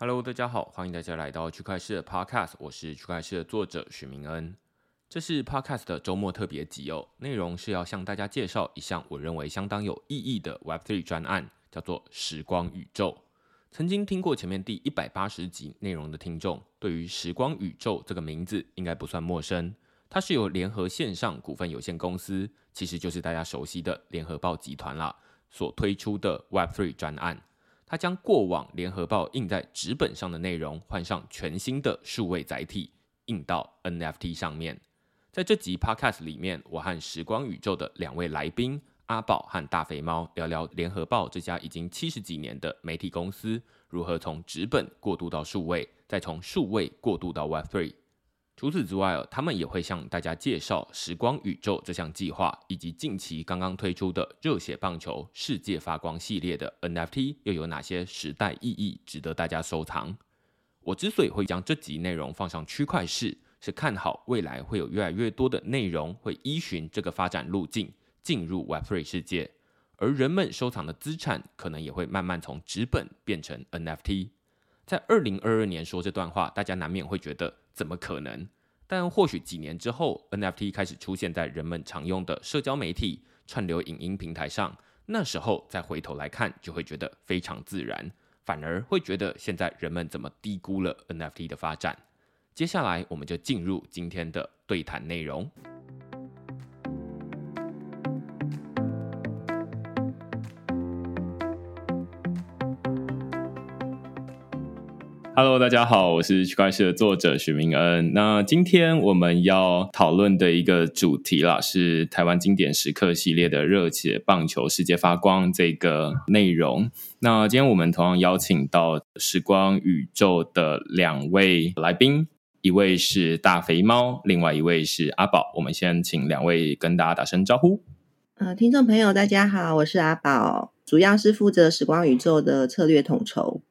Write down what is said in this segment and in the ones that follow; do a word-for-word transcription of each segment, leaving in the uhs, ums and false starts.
Hello， 大家好，欢迎大家来到区块市的 Podcast， 我是区块市的作者许明恩。这是 Podcast 的周末特别集哦，内容是要向大家介绍一项我认为相当有意义的 Web 三 专案，叫做时光宇宙。曾经听过前面第一百八十集内容的听众，对于时光宇宙这个名字应该不算陌生。它是由联合线上股份有限公司，其实就是大家熟悉的联合报集团啦，所推出的 Web 三 专案。它将过往联合报印在纸本上的内容换上全新的数位载体，印到 N F T 上面。在这集 Podcast 里面，我和时光宇宙的两位来宾阿宝和大肥猫聊聊联合报这家已经七十几年的媒体公司如何从纸本过渡到数位，再从数位过渡到 Web 三。除此之外，他们也会向大家介绍时光宇宙这项计划，以及近期刚刚推出的热血棒球世界发光系列的 N F T 又有哪些时代意义值得大家收藏。我之所以会将这集内容放上区块市，是看好未来会有越来越多的内容会依循这个发展路径进入 Web 三 世界，而人们收藏的资产可能也会慢慢从纸本变成 N F T。在二零二二年说这段话，大家难免会觉得怎么可能？但或许几年之后 N F T 开始出现在人们常用的社交媒体、串流影音平台上，那时候再回头来看就会觉得非常自然，反而会觉得现在人们怎么低估了 N F T 的发展。接下来我们就进入今天的对谈内容。Hello， 大家好，我是区块市的作者许明恩。那今天我们要讨论的一个主题啦，是台湾经典时刻系列的热血棒球世界发光这个内容。那今天我们同样邀请到时光宇宙的两位来宾，一位是大肥猫，另外一位是阿宝。我们先请两位跟大家打声招呼。 呃，听众朋友大家好，我是阿宝，主要是负责时光宇宙的策略统筹。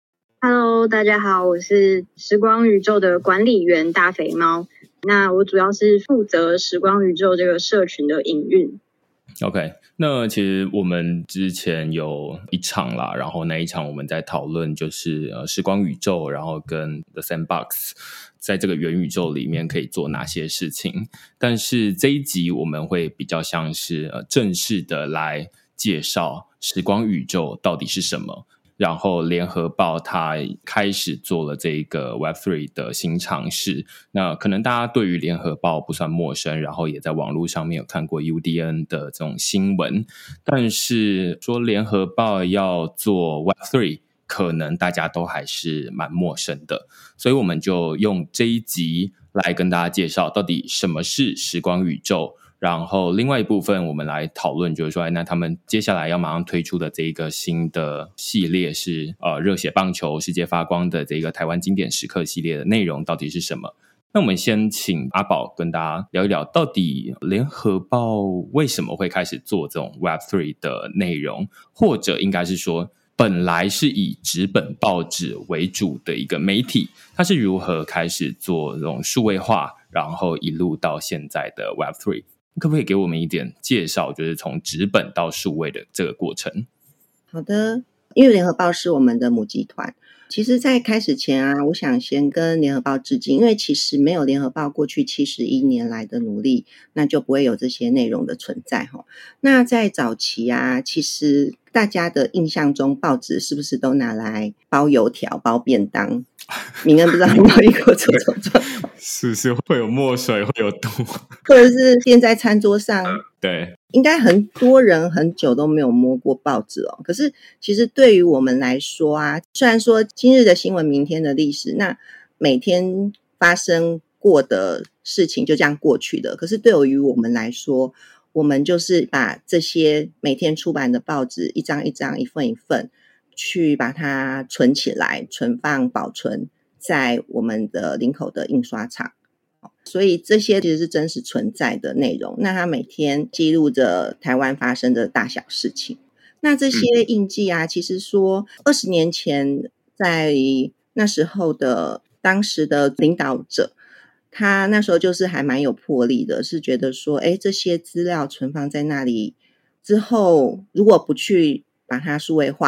Hello， 大家好，我是时光宇宙的管理员大肥猫。那我主要是负责时光宇宙这个社群的营运。 OK， 那其实我们之前有一场啦，然后那一场我们在讨论就是呃时光宇宙，然后跟 The Sandbox 在这个元宇宙里面可以做哪些事情。但是这一集我们会比较像是呃正式的来介绍时光宇宙到底是什么。然后联合报它开始做了这个 Web 三 的新尝试，那可能大家对于联合报不算陌生，然后也在网络上面有看过 U D N 的这种新闻，但是说联合报要做 Web 三， 可能大家都还是蛮陌生的，所以我们就用这一集来跟大家介绍到底什么是时光宇宙。然后另外一部分我们来讨论就是说，那他们接下来要马上推出的这一个新的系列是呃热血棒球世界发光的这个台湾经典时刻系列的内容到底是什么。那我们先请阿宝跟大家聊一聊，到底联合报为什么会开始做这种 Web 三 的内容，或者应该是说本来是以纸本报纸为主的一个媒体，它是如何开始做这种数位化，然后一路到现在的 Web 三。可不可以给我们一点介绍，就是从纸本到数位的这个过程？ 好的，因为联合报是我们的母集团，其实在开始前啊，我想先跟联合报致敬，因为其实没有联合报过去七十一年来的努力，那就不会有这些内容的存在。那在早期啊，其实大家的印象中报纸是不是都拿来包油条包便当？明恩不知道有没有遇过这种状况？ 是是会有墨水，会有毒， 或者是垫在餐桌上。 对， 应该很多人很久都没有摸过报纸哦。可是其实对于我们来说啊，虽然说今日的新闻明天的历史，那每天发生过的事情就这样过去的，可是对于我们来说，我们就是把这些每天出版的报纸一张一张一份一份去把它存起来，存放保存在我们的林口的印刷厂。所以这些其实是真实存在的内容，那它每天记录着台湾发生的大小事情。那这些印记啊，其实说二十年前在那时候的当时的领导者，他那时候就是还蛮有魄力的，是觉得说诶这些资料存放在那里之后，如果不去把它数位化，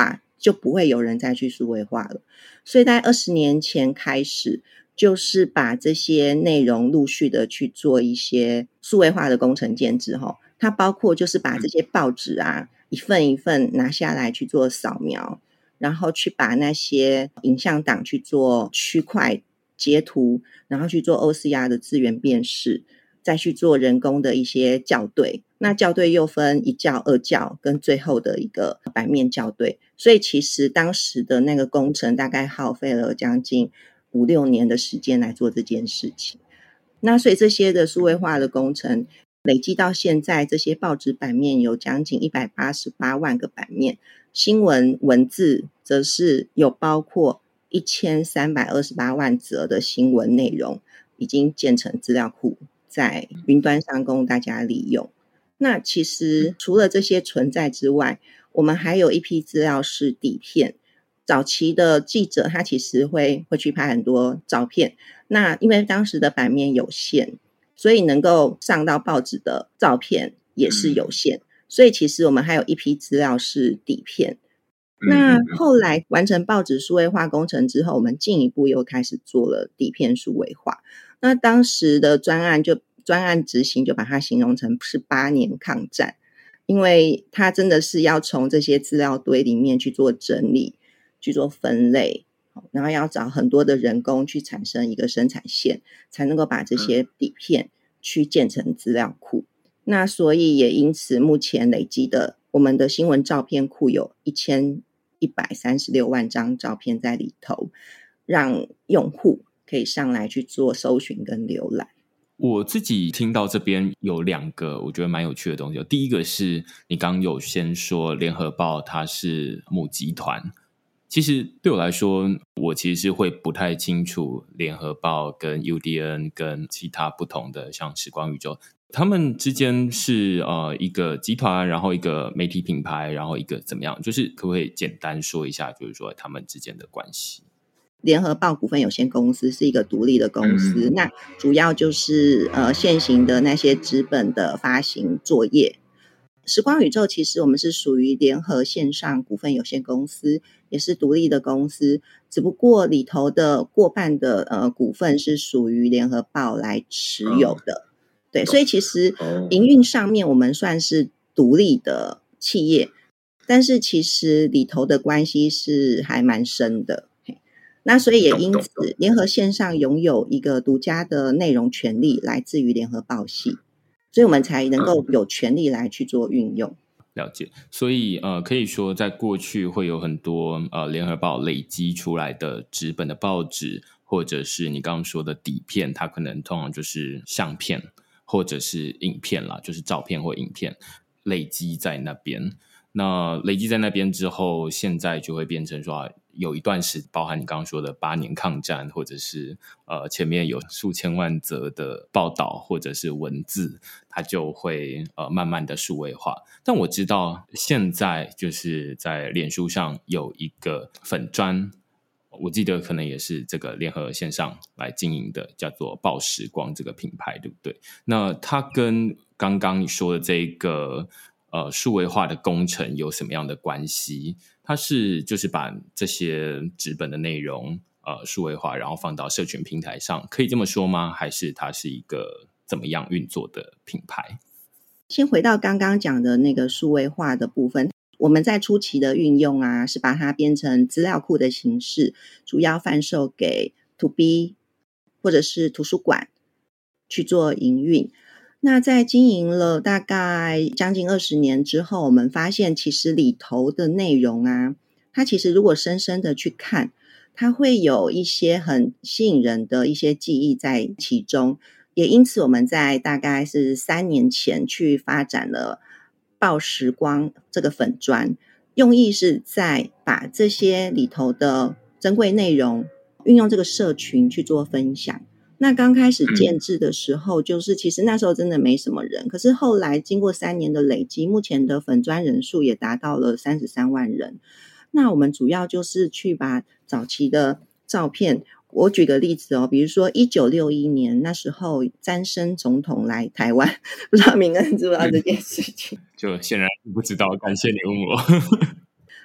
就不会有人再去数位化了。所以在二十年前开始，就是把这些内容陆续的去做一些数位化的工程建制齁。它包括就是把这些报纸啊一份一份拿下来去做扫描，然后去把那些影像档去做区块截图，然后去做 O C R 的字元辨识，再去做人工的一些校对。那校对又分一校、二校跟最后的一个版面校对，所以其实当时的那个工程大概耗费了将近五六年的时间来做这件事情。那所以这些的数位化的工程累积到现在，这些报纸版面有将近一百八十八万个版面，新闻文字则是有包括一千三百二十八万则的新闻内容已经建成资料库，在云端上供大家利用。那其实除了这些存在之外，我们还有一批资料是底片。早期的记者他其实会会去拍很多照片，那因为当时的版面有限，所以能够上到报纸的照片也是有限，所以其实我们还有一批资料是底片。那后来完成报纸数位化工程之后，我们进一步又开始做了底片数位化。那当时的专案就专案执行就把它形容成是八年抗战，因为它真的是要从这些资料堆里面去做整理，去做分类，然后要找很多的人工去产生一个生产线，才能够把这些底片去建成资料库。那所以也因此目前累积的我们的新闻照片库有一千一百三十六万张照片在里头，让用户可以上来去做搜寻跟浏览。 我自己听到这边有两个我觉得蛮有趣的东西。第一个是你刚刚有先说联合报它是母集团，其实对我来说，我其实是会不太清楚联合报跟 U D N 跟其他不同的像时光宇宙，他们之间是呃一个集团，然后一个媒体品牌，然后一个怎么样？就是可不可以简单说一下，就是说他们之间的关系？ 联合报股份有限公司是一个独立的公司，嗯、那主要就是呃现行的那些纸本的发行作业。时光宇宙其实我们是属于联合线上股份有限公司，也是独立的公司，只不过里头的过半的呃股份是属于联合报来持有的，嗯、对，所以其实营运上面我们算是独立的企业，但是其实里头的关系是还蛮深的。那所以也因此联合线上拥有一个独家的内容权利来自于联合报系，所以我们才能够有权利来去做运用。 了解，所以呃，可以说在过去会有很多呃联合报累积出来的纸本的报纸，或者是你刚刚说的底片，它可能通常就是相片或者是影片啦，就是照片或影片累积在那边。那累积在那边之后，现在就会变成说有一段时，包含你刚刚说的八年抗战，或者是呃前面有数千万则的报道或者是文字，它就会呃慢慢的数位化。但我知道现在就是在脸书上有一个粉专，我记得可能也是这个联合线上来经营的，叫做报时光这个品牌，对不对？那它跟刚刚你说的这个呃数位化的工程有什么样的关系？它是就是把这些纸本的内容呃数位化，然后放到社群平台上，可以这么说吗？还是它是一个怎么样运作的品牌？ 先回到刚刚讲的那个数位化的部分，我们在初期的运用啊，是把它变成资料库的形式，主要贩售给 To B 或者是图书馆去做营运。那在经营了大概将近二十年之后，我们发现其实里头的内容啊，它其实如果深深的去看，它会有一些很吸引人的一些记忆在其中。也因此我们在大概是三年前去发展了报时光这个粉专，用意是在把这些里头的珍贵内容运用这个社群去做分享。那刚开始建制的时候，就是其实那时候真的没什么人，可是后来经过三年的累积，目前的粉专人数也达到了三十三万人。那我们主要就是去把早期的照片，我举个例子哦，比如说一九六一年那时候詹森总统来台湾，不知道明恩知不知道这件事情？ 就显然不知道，感谢你问我。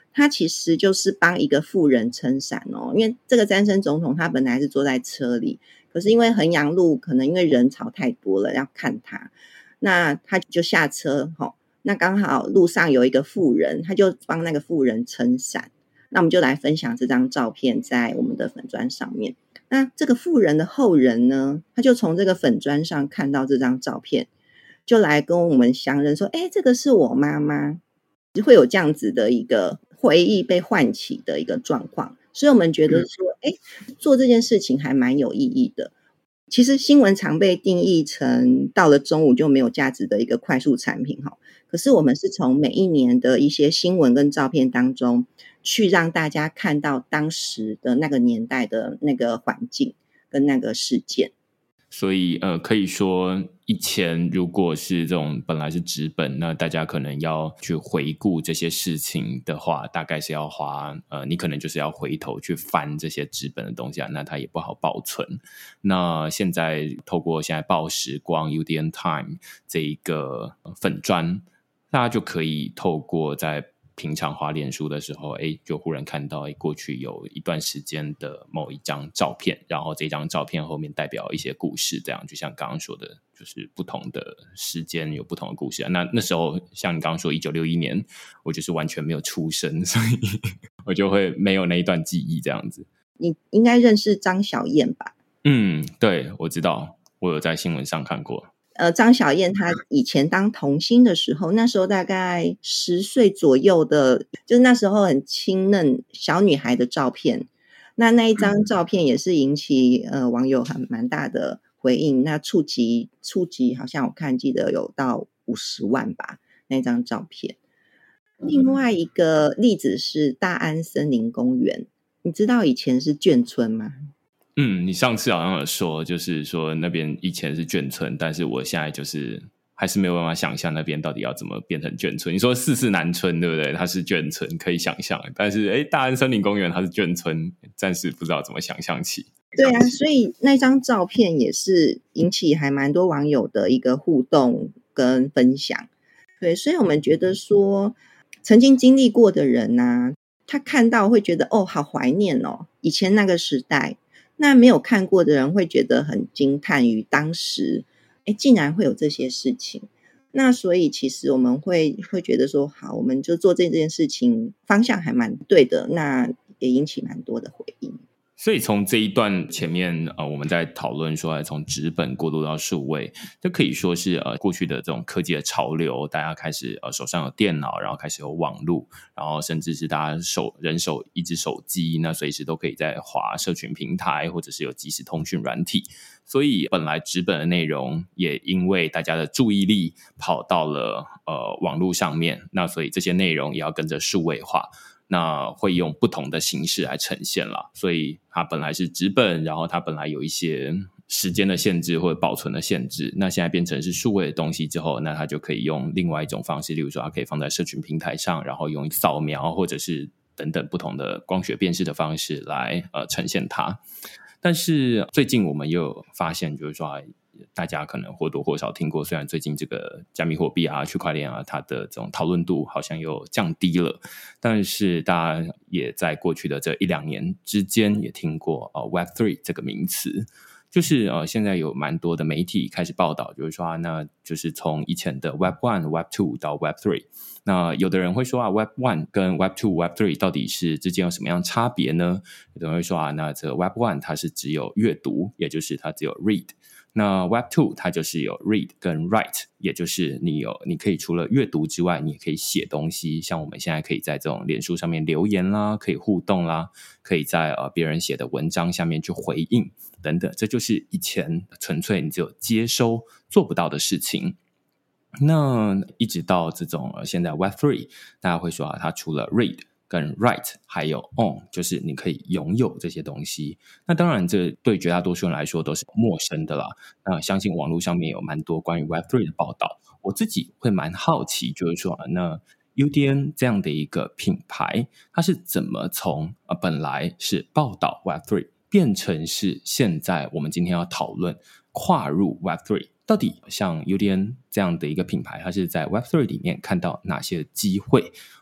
他其实就是帮一个富人撑伞哦，因为这个詹森总统他本来是坐在车里，可是因为衡阳路可能因为人潮太多了要看他，那他就下车、哦、那刚好路上有一个富人，他就帮那个富人撑伞，那我们就来分享这张照片在我们的粉专上面。那这个富人的后人呢，他就从这个粉专上看到这张照片，就来跟我们相认说，诶，这个是我妈妈，会有这样子的一个回忆被唤起的一个状况。所以我们觉得说，诶，做这件事情还蛮有意义的。其实新闻常被定义成到了中午就没有价值的一个快速产品，可是我们是从每一年的一些新闻跟照片当中去让大家看到当时的那个年代的那个环境跟那个事件。 所以呃，可以说以前如果是这种本来是纸本，那大家可能要去回顾这些事情的话，大概是要花呃，你可能就是要回头去翻这些纸本的东西啊，那它也不好保存。那现在透过现在报时光 U D N Time 这一个粉专，大家就可以透过在平常滑脸书的时候，哎，就忽然看到，哎，过去有一段时间的某一张照片，然后这张照片后面代表一些故事，这样就像刚刚说的，就是不同的时间有不同的故事、啊、那那时候像你刚刚说一九六一年，我就是完全没有出生，所以我就会没有那一段记忆这样子。 你应该认识张小燕吧？ 嗯，对，我知道，我有在新闻上看过。 呃，张小燕她以前当童星的时候，那时候大概十岁左右的，就是那时候很清嫩小女孩的照片。那那一张照片也是引起呃网友很蛮大的回应，那触及触及好像我看记得有到五十万吧，那张照片。另外一个例子是大安森林公园，你知道以前是眷村吗？ 嗯，你上次好像有说，就是说那边以前是眷村，但是我现在就是还是没有办法想象那边到底要怎么变成眷村。你说四四南村对不对？它是眷村可以想象，但是诶大安森林公园它是眷村，暂时不知道怎么想象起。 对啊，所以那张照片也是引起还蛮多网友的一个互动跟分享。对，所以我们觉得说曾经经历过的人啊，他看到会觉得哦好怀念哦以前那个时代，那没有看过的人会觉得很惊叹于当时诶竟然会有这些事情。那所以其实我们会会觉得说好，我们就做这件事情方向还蛮对的，那也引起蛮多的回应。 所以从这一段前面呃，我们在讨论说从纸本过渡到数位，这可以说是呃过去的这种科技的潮流，大家开始呃手上有电脑，然后开始有网络，然后甚至是大家手人手一只手机，那随时都可以在滑社群平台，或者是有即时通讯软体。所以本来纸本的内容也因为大家的注意力跑到了呃网络上面，那所以这些内容也要跟着数位化。那会用不同的形式来呈现啦，所以它本来是纸本，然后它本来有一些时间的限制或者保存的限制，那现在变成是数位的东西之后，那它就可以用另外一种方式，例如说它可以放在社群平台上，然后用扫描或者是等等不同的光学辨识的方式来呃呈现它。但是最近我们又有发现，就是说大家可能或多或少听过，虽然最近这个加密货币啊、区块链啊，它的这种讨论度好像又降低了，但是大家也在过去的这一两年之间也听过、呃、Web 三 这个名词。就是呃，现在有蛮多的媒体开始报道，就是说啊，那就是从以前的 Web 一、Web 二 到 Web 三，那有的人会说啊 ，Web 一 跟 Web 二、Web 三到底是之间有什么样差别呢？有的人会说啊，那这个 Web 一 它是只有阅读，也就是它只有 read。那 Web 二 它就是有 read 跟 write， 也就是你有你可以除了阅读之外，你也可以写东西，像我们现在可以在这种脸书上面留言啦，可以互动啦，可以在呃别人写的文章下面去回应等等，这就是以前纯粹你只有接收做不到的事情。那一直到这种、呃、现在 Web 三， 大家会说啊，它除了 read跟 write 还有 own， 就是你可以拥有这些东西。那当然这对绝大多数人来说都是陌生的啦，那相信网络上面有蛮多关于 Web 三 的报道，我自己会蛮好奇，就是说那 U D N 这样的一个品牌，它是怎么从、呃、本来是报道 Web 三变成是现在我们今天要讨论跨入 Web 三，到底像 U D N 这样的一个品牌，它是在 Web 三 里面看到哪些机会？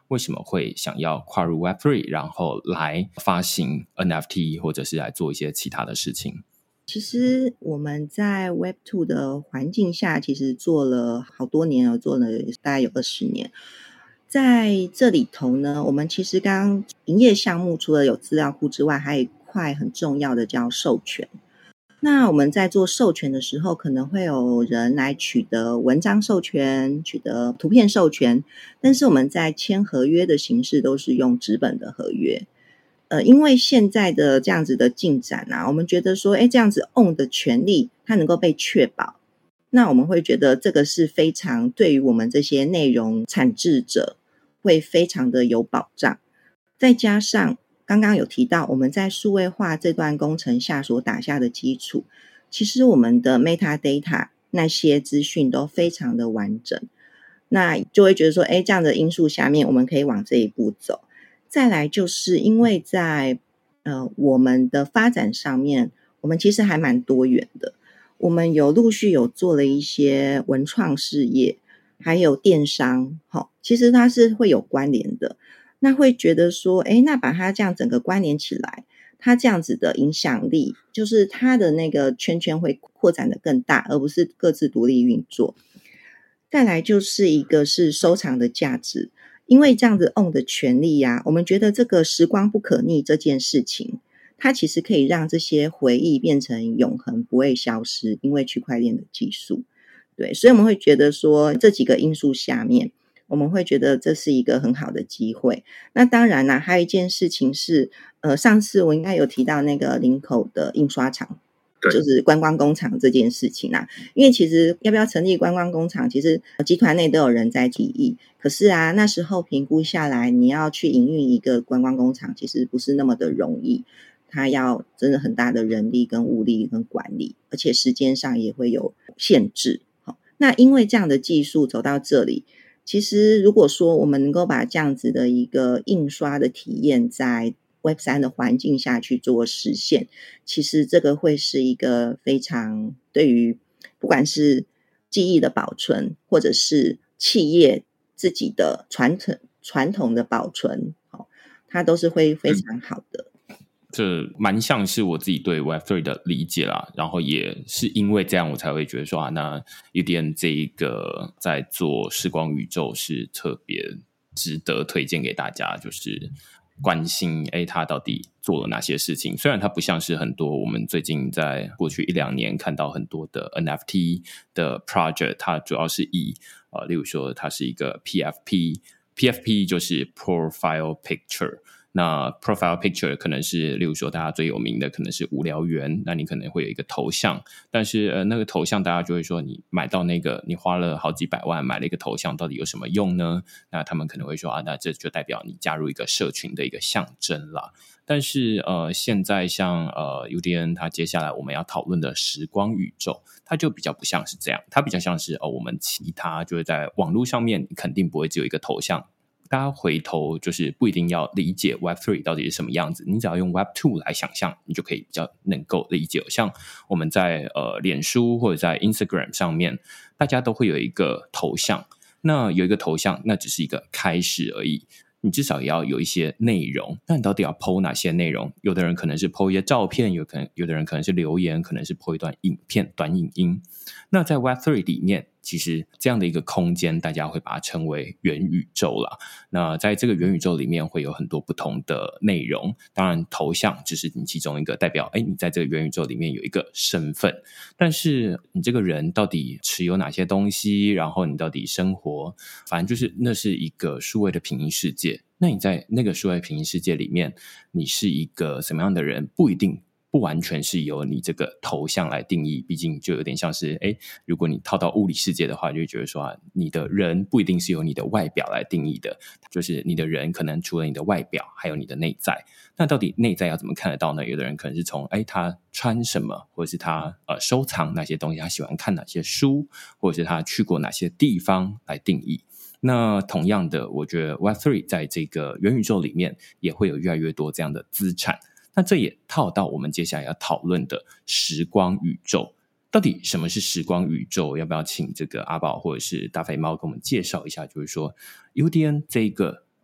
为什么会想要跨入 Web 三 然后来发行 N F T 或者是来做一些其他的事情？ 其实我们在 Web 二 的环境下其实做了好多年了，做了大概有二十年。在这里头呢，我们其实刚刚营业项目除了有资料库之外，还有一块很重要的叫授权。那我们在做授权的时候，可能会有人来取得文章授权，取得图片授权，但是我们在签合约的形式都是用纸本的合约。呃，因为现在的这样子的进展啊，我们觉得说，诶，这样子 own 的权利它能够被确保，那我们会觉得这个是非常对于我们这些内容产制者会非常的有保障。再加上刚刚有提到我们在数位化这段工程下所打下的基础，其实我们的 metadata 那些资讯都非常的完整，那就会觉得说，诶，这样的因素下面我们可以往这一步走。再来就是因为在呃我们的发展上面，我们其实还蛮多元的。我们有陆续有做了一些文创事业，还有电商，齁，其实它是会有关联的。那会觉得说，诶，那把它这样整个关联起来，它这样子的影响力，就是它的那个圈圈会扩展的更大，而不是各自独立运作。再来就是一个是收藏的价值。因为这样子 own 的权利啊，我们觉得这个时光不可逆这件事情，它其实可以让这些回忆变成永恒，不会消失，因为区块链的技术。对，所以我们会觉得说这几个因素下面，我们会觉得这是一个很好的机会。那当然啦，还有一件事情是，呃，上次我应该有提到那个林口的印刷厂。就是观光工厂这件事情啊，因为其实要不要成立观光工厂，其实集团内都有人在提议。可是啊，那时候评估下来，你要去营运一个观光工厂，其实不是那么的容易，它要真的很大的人力跟物力跟管理，而且时间上也会有限制。好，那因为这样的技术走到这里，其实如果说我们能够把这样子的一个印刷的体验在Web 三 的环境下去做实现，其实这个会是一个非常对于不管是记忆的保存，或者是企业自己的传统传统的保存，它都是会非常好的。 嗯，这蛮像是我自己对 Web 三 的理解啦，然后也是因为这样我才会觉得说啊，那 U D N 这一个在做时光宇宙是特别值得推荐给大家，就是关心诶他到底做了哪些事情。虽然它不像是很多我们最近在过去一两年看到很多的 N F T 的 project， 它主要是以呃，例如说它是一个 P F P， P F P 就是 Profile Picture，那 profile picture 可能是例如说大家最有名的可能是无聊猿，那你可能会有一个头像，但是呃那个头像大家就会说你买到那个你花了好几百万买了一个头像到底有什么用呢？那他们可能会说啊，那这就代表你加入一个社群的一个象征啦。但是呃现在像呃 U D N 它接下来我们要讨论的时光宇宙，它就比较不像是这样，它比较像是哦我们其他就是在网络上面肯定不会只有一个头像，大家回头就是不一定要理解 Web 三 到底是什么样子，你只要用 Web 二 来想象，你就可以比较能够理解。像我们在呃脸书或者在 Instagram 上面，大家都会有一个头像，那有一个头像那只是一个开始而已，你至少也要有一些内容。那你到底要 po 哪些内容？有的人可能是 po 一些照片，有可能有的人可能是留言，可能是 po 一段影片短影音。那在 Web 三 里面，其实这样的一个空间大家会把它称为元宇宙啦。那在这个元宇宙里面会有很多不同的内容，当然头像只是你其中一个，代表诶你在这个元宇宙里面有一个身份，但是你这个人到底持有哪些东西，然后你到底生活，反正就是那是一个数位的平行世界。那你在那个数位平行世界里面，你是一个什么样的人不一定，不完全是由你这个头像来定义，毕竟就有点像是诶如果你套到物理世界的话，就会觉得说啊，你的人不一定是由你的外表来定义的，就是你的人可能除了你的外表还有你的内在。那到底内在要怎么看得到呢？有的人可能是从诶他穿什么，或者是他呃收藏哪些东西，他喜欢看哪些书，或者是他去过哪些地方来定义。那同样的，我觉得 Web 三 在这个元宇宙里面也会有越来越多这样的资产。那这也套到我们接下来要讨论的时光宇宙。到底什么是时光宇宙？要不要请这个阿宝或者是大肥猫给我们介绍一下，就是说 U D N 这个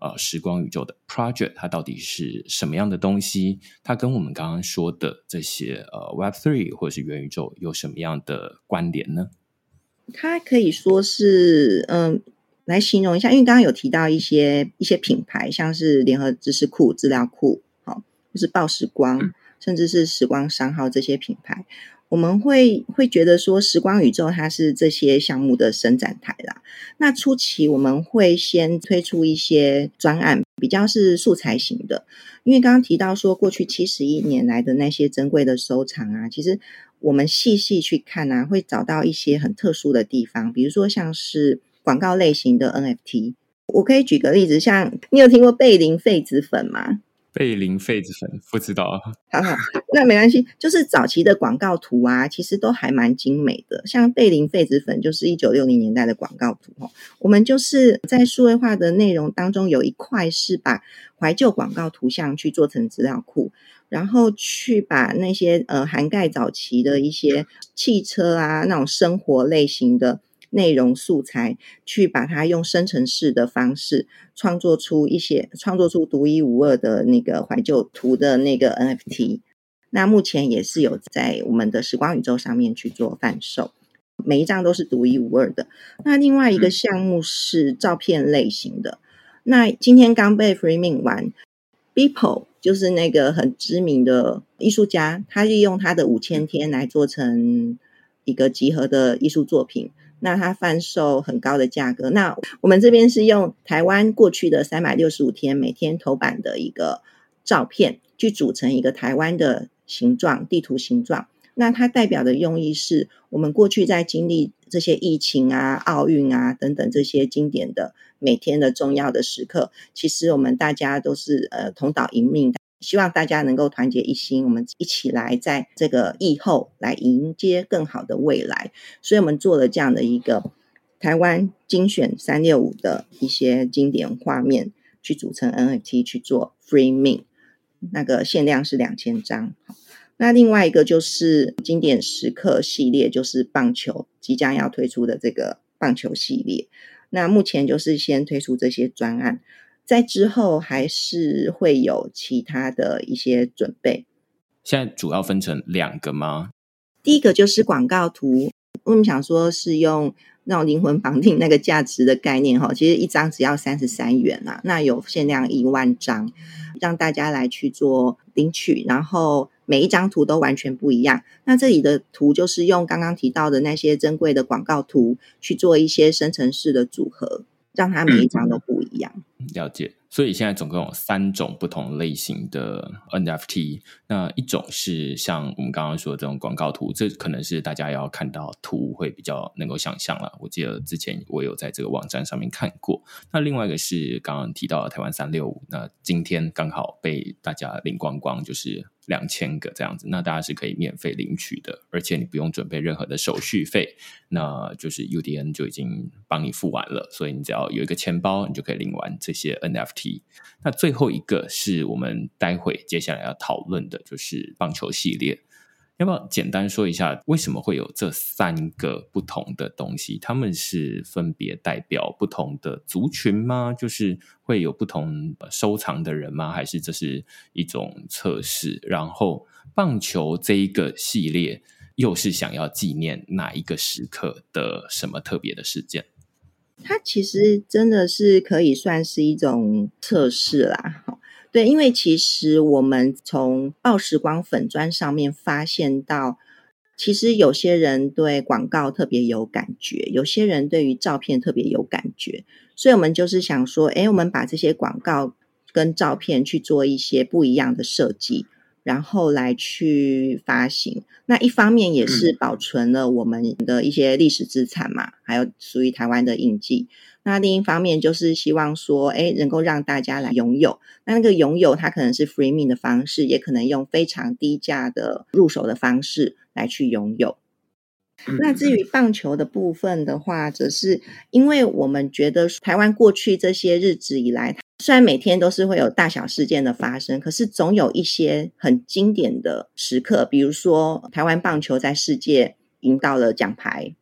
呃时光宇宙的 project 它到底是什么样的东西，它跟我们刚刚说的这些呃 Web 三 或者是元宇宙有什么样的关联呢？ 它可以说是嗯，来形容一下，因为刚刚有提到一些一些品牌，像是联合知识库、资料库，好，或是报时光、嗯，甚至是时光商号这些品牌，我们会会觉得说，时光宇宙它是这些项目的伸展台啦。那初期我们会先推出一些专案，比较是素材型的，因为刚刚提到说，过去七十一年来的那些珍贵的收藏啊，其实我们细细去看啊，会找到一些很特殊的地方，比如说像是广告类型的 N F T。 我可以举个例子，像你有听过贝林痱子粉吗？ 贝林痱子粉不知道。 好好，那没关系，就是早期的广告图啊，其实都还蛮精美的，像贝林痱子粉就是一九六零年代的广告图。我们就是在数位化的内容当中有一块是把怀旧广告图像去做成资料库，然后去把那些呃涵盖早期的一些汽车啊那种生活类型的内容素材，去把它用生成式的方式创作出一些创作出独一无二的那个怀旧图的那个 N F T。 那目前也是有在我们的时光宇宙上面去做贩售，每一张都是独一无二的。那另外一个项目是照片类型的，那今天刚被 Freemint 完 Beeple 就是那个很知名的艺术家，他利用他的五千天来做成一个集合的艺术作品，那它贩售很高的价格。那我们这边是用台湾过去的三百六十五天每天头版的一个照片去组成一个台湾的形状，地图形状。那它代表的用意是我们过去在经历这些疫情啊、奥运啊等等这些经典的每天的重要的时刻，其实我们大家都是呃同岛一命，希望大家能够团结一心，我们一起来在这个疫后来迎接更好的未来。所以我们做了这样的一个台湾精选三六五的一些经典画面，去组成 N F T 去做 Freemint， 那个限量是两千张。那另外一个就是经典时刻系列，就是棒球即将要推出的这个棒球系列。那目前就是先推出这些专案，在之后还是会有其他的一些准备。 现在主要分成两个吗？ 第一个就是广告图，我们想说是用那种灵魂绑定那个价值的概念，其实一张只要三十三元啦，那有限量一万张，让大家来去做领取，然后每一张图都完全不一样。那这里的图就是用刚刚提到的那些珍贵的广告图去做一些生成式的组合，让它每一张都不一样。 了解。所以现在总共有三种不同类型的 N F T， 那一种是像我们刚刚说的这种广告图，这可能是大家要看到图会比较能够想象了，我记得之前我有在这个网站上面看过。那另外一个是刚刚提到的台湾三六五，那今天刚好被大家领光光，就是两千个这样子，那大家是可以免费领取的，而且你不用准备任何的手续费，那就是 U D N 就已经帮你付完了，所以你只要有一个钱包，你就可以领完这些 N F T。那最后一个是我们待会接下来要讨论的，就是棒球系列。要不要简单说一下为什么会有这三个不同的东西？他们是分别代表不同的族群吗？就是会有不同收藏的人吗？还是这是一种测试？然后棒球这一个系列又是想要纪念哪一个时刻的什么特别的事件？ 它其实真的是可以算是一种测试啦。对，因为其实我们从报时光粉专上面发现到，其实有些人对广告特别有感觉，有些人对于照片特别有感觉，所以我们就是想说，诶，我们把这些广告跟照片去做一些不一样的设计，然后来去发行。那一方面也是保存了我们的一些历史资产嘛，还有属于台湾的印记。那另一方面就是希望说，诶，能够让大家来拥有。那那个拥有它可能是 Freemint 的方式，也可能用非常低价的入手的方式来去拥有。那至于棒球的部分的话，则是因为我们觉得台湾过去这些日子以来，虽然每天都是会有大小事件的发生，可是总有一些很经典的时刻，比如说台湾棒球在世界赢到了奖牌，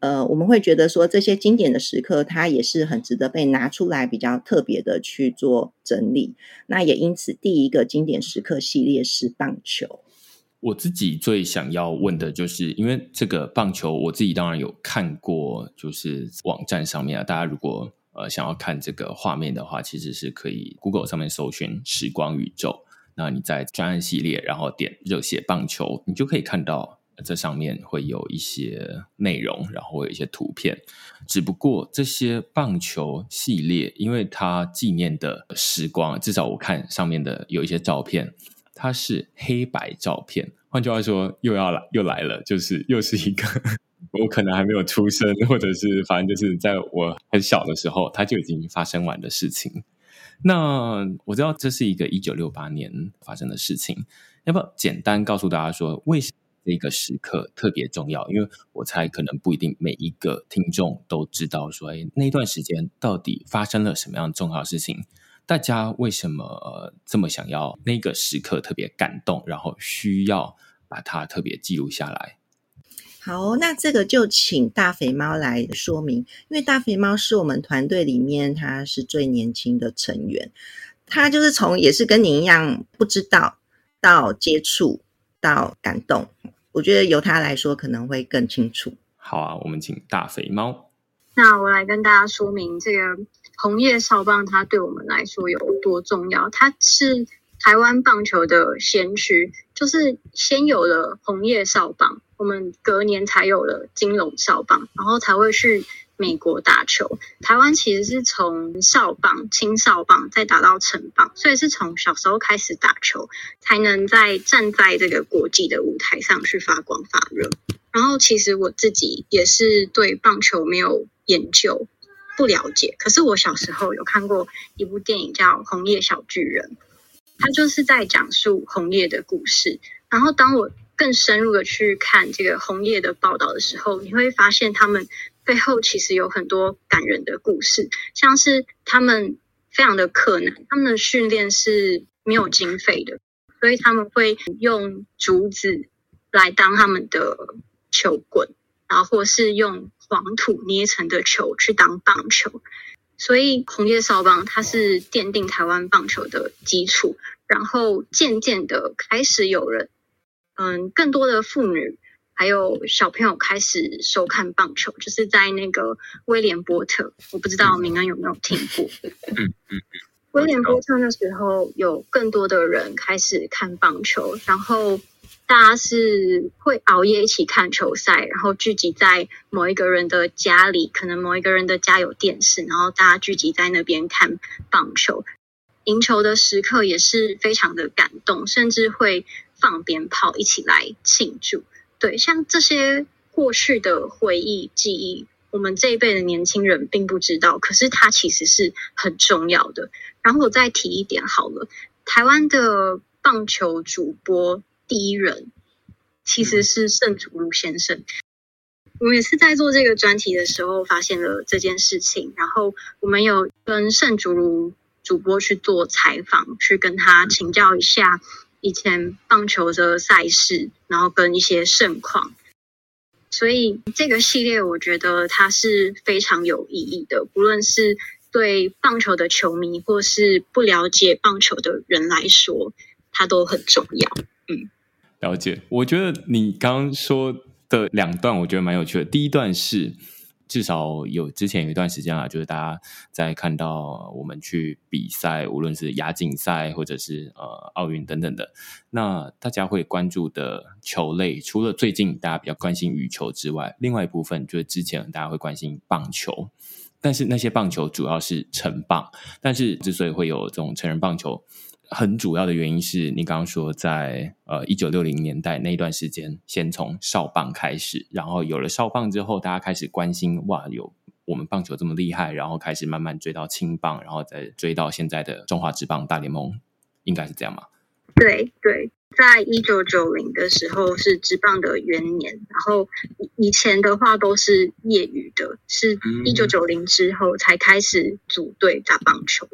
呃，我们会觉得说这些经典的时刻它也是很值得被拿出来比较特别的去做整理。那也因此第一个经典时刻系列是棒球。 我自己最想要问的就是，因为这个棒球我自己当然有看过，就是网站上面啊，大家如果呃想要看这个画面的话，其实是可以 Google 上面搜寻时光宇宙，那你在专案系列然后点热血棒球，你就可以看到这上面会有一些内容，然后会有一些图片。只不过这些棒球系列因为它纪念的时光，至少我看上面的有一些照片它是黑白照片，换句话说又要来又来了，就是又是一个我可能还没有出生，或者是反正就是在我很小的时候它就已经发生完的事情。那我知道这是一个一九六八年发生的事情，要不要简单告诉大家说为什么这个时刻特别重要？因为我猜可能不一定每一个听众都知道说，哎，那段时间到底发生了什么样重要的事情，大家为什么、呃、这么想要那个时刻特别感动，然后需要把它特别记录下来。 好，那这个就请大肥猫来说明，因为大肥猫是我们团队里面他是最年轻的成员，他就是从也是跟你一样不知道到接触到感动，我觉得由他来说可能会更清楚。 好啊，我们请大肥猫。 那我来跟大家说明这个红叶少棒它对我们来说有多重要。它是台湾棒球的先驱，就是先有了红叶少棒，我们隔年才有了金龙少棒，然后才会去美国打球。台湾其实是从少棒、青少棒再打到成棒，所以是从小时候开始打球，才能在站在这个国际的舞台上去发光发热。然后其实我自己也是对棒球没有研究，不了解，可是我小时候有看过一部电影叫《红叶小巨人》，它就是在讲述红叶的故事。然后当我更深入的去看这个红叶的报道的时候，你会发现他们背后其实有很多感人的故事，像是他们非常的困难，他们的训练是没有经费的，所以他们会用竹子来当他们的球棍，然后或是用黄土捏成的球去当棒球。所以红叶少棒它是奠定台湾棒球的基础，然后渐渐的开始有人嗯，更多的妇女还有小朋友开始收看棒球，就是在那个威廉波特，我不知道明恩有没有听过。 嗯嗯， 威廉波特那时候有更多的人开始看棒球，然后大家是会熬夜一起看球赛，然后聚集在某一个人的家里，可能某一个人的家有电视，然后大家聚集在那边看棒球。赢球的时刻也是非常的感动，甚至会放鞭炮一起来庆祝。对，像这些过去的回忆记忆，我们这一辈的年轻人并不知道，可是它其实是很重要的。然后我再提一点好了，台湾的棒球主播第一人其实是盛竹如先生。我们也是在做这个专题的时候发现了这件事情，然后我们有跟盛竹如主播去做采访，去跟他请教一下以前棒球的赛事，然后跟一些盛况。所以这个系列我觉得它是非常有意义的，不论是对棒球的球迷或是不了解棒球的人来说，它都很重要。嗯， 了解。我觉得你刚刚说的两段我觉得蛮有趣的。第一段是至少有之前有一段时间啦，就是大家在看到我们去比赛，无论是亚锦赛或者是呃奥运等等的，那大家会关注的球类，除了最近大家比较关心羽球之外，另外一部分就是之前大家会关心棒球，但是那些棒球主要是成棒，但是之所以会有这种成人棒球，很主要的原因是你刚刚说在呃一九六零年代那一段时间，先从少棒开始，然后有了少棒之后，大家开始关心哇，有我们棒球这么厉害，然后开始慢慢追到青棒，然后再追到现在的中华职棒大联盟，应该是这样吗？ 对对，在一九九零的时候是职棒的元年，然后以前的话都是业余的，是一九九零之后才开始组队打棒球的。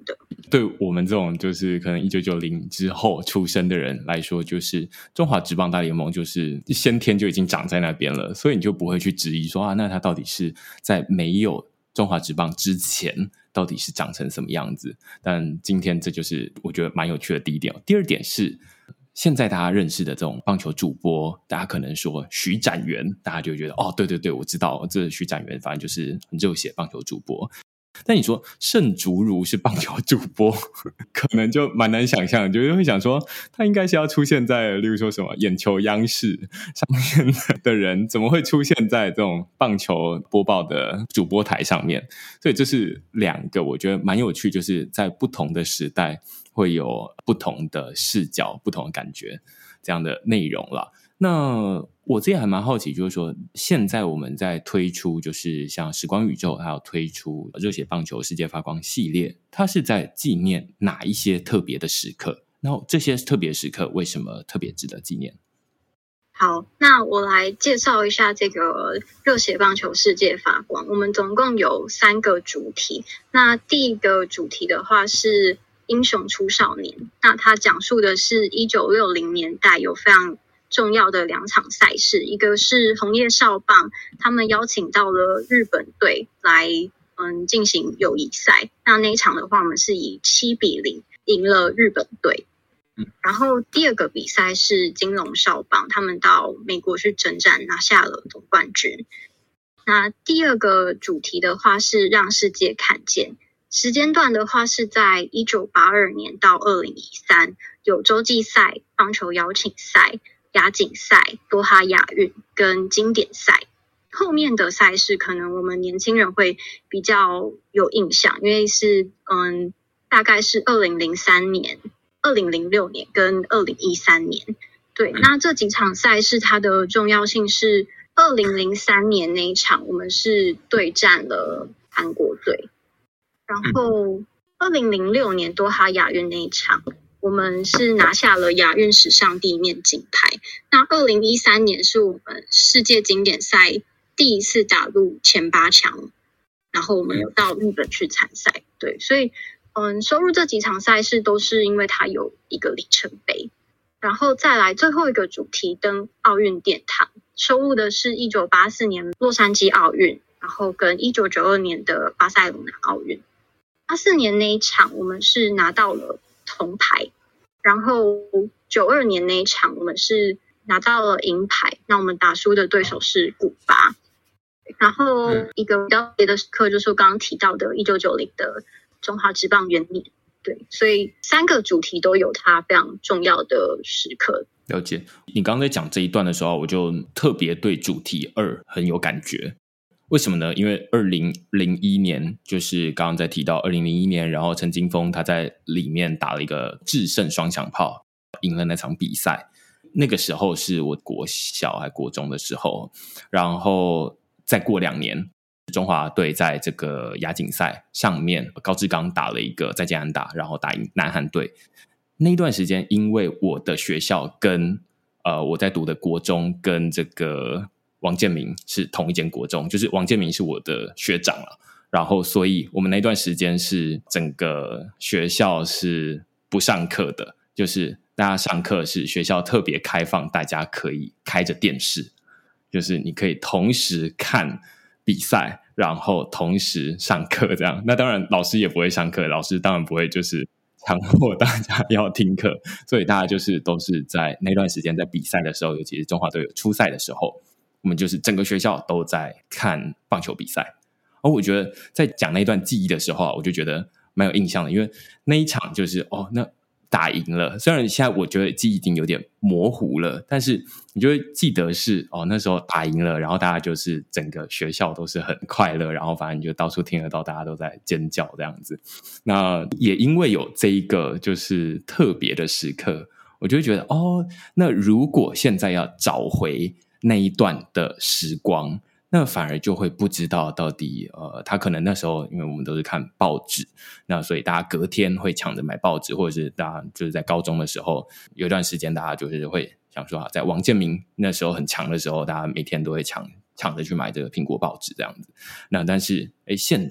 对我们这种就是可能一九九零之后出生的人来说，就是中华职棒大联盟就是先天就已经长在那边了，所以你就不会去质疑说啊，那它到底是在没有中华职棒之前到底是长成什么样子。但今天这就是我觉得蛮有趣的第一点。第二点是现在大家认识的这种棒球主播，大家可能说徐展元，大家就觉得哦，对对对，我知道这徐展元反正就是很热血棒球主播。但你说盛竹如是棒球主播，可能就蛮难想象的，就是会想说他应该是要出现在例如说什么眼球央视上面的人，怎么会出现在这种棒球播报的主播台上面。所以这是两个我觉得蛮有趣，就是在不同的时代会有不同的视角，不同的感觉这样的内容啦。那我自己还蛮好奇，就是说现在我们在推出就是像时光宇宙还有推出热血棒球世界发光系列，它是在纪念哪一些特别的时刻？然后这些特别时刻为什么特别值得纪念？ 好，那我来介绍一下这个热血棒球世界发光。我们总共有三个主题。那第一个主题的话是英雄出少年，那它讲述的是一九六零年代有非常重要的两场赛事，一个是红叶少棒，他们邀请到了日本队来嗯进行友谊赛。那那一场的话，我们是以七比零赢了日本队。然后第二个比赛是金龙少棒，他们到美国去征战，拿下了总冠军。那第二个主题的话是让世界看见，时间段的话是在一九八二年到二零一三，有洲际赛、棒球邀请赛、亚锦赛、多哈亚运跟经典赛。后面的赛事可能我们年轻人会比较有印象，因为是嗯，大概是二零零三年、二零零六年跟二零一三年。对，那这几场赛事它的重要性是二零零三年那一场我们是对战了韩国队，然后二零零六年多哈亚运那一场我们是拿下了亚运史上第一面金牌。那二零一三年是我们世界经典赛第一次打入前八强，然后我们有到日本去参赛。对，所以嗯，收入这几场赛事都是因为它有一个里程碑。然后再来最后一个主题登奥运殿堂，收入的是一九八四年洛杉矶奥运，然后跟一九九二年的巴塞隆纳奥运。八四年那一场我们是拿到了铜牌，然后九二年那一场我们是拿到了银牌，那我们打输的对手是古巴。然后一个比较特别的时刻就是我刚刚提到的一九九零的中华职棒元年。对，所以三个主题都有它非常重要的时刻。 了解，你刚刚在讲这一段的时候，我就特别对主题二很有感觉。为什么呢？因为二零零一年，就是刚刚在提到二零零一年，然后陈金锋他在里面打了一个制胜双响炮，赢了那场比赛。那个时候是我国小还国中的时候，然后再过两年。中华队在这个亚锦赛上面，高志刚打了一个再见安打，然后打赢南韩队。那一段时间，因为我的学校跟呃我在读的国中跟这个王建民是同一间国中，就是王建民是我的学长了，然后所以我们那段时间是整个学校是不上课的，就是大家上课是学校特别开放，大家可以开着电视，就是你可以同时看比赛，然后同时上课这样。那当然老师也不会上课，老师当然不会就是强迫大家要听课，所以大家就是都是在那段时间在比赛的时候，尤其是中华队有出赛的时候，我们就是整个学校都在看棒球比赛。而我觉得在讲那段记忆的时候，我就觉得蛮有印象的，因为那一场就是哦，那打赢了，虽然现在我觉得记忆已经有点模糊了，但是你就会记得是哦，那时候打赢了，然后大家就是整个学校都是很快乐，然后反正你就到处听得到大家都在尖叫这样子。那也因为有这一个就是特别的时刻，我就会觉得哦，那如果现在要找回那一段的时光，那反而就会不知道到底呃，他可能那时候因为我们都是看报纸，那所以大家隔天会抢着买报纸，或者是大家就是在高中的时候有一段时间大家就是会想说在王建民那时候很强的时候，大家每天都会抢抢着去买这个苹果报纸这样子。那但是诶现在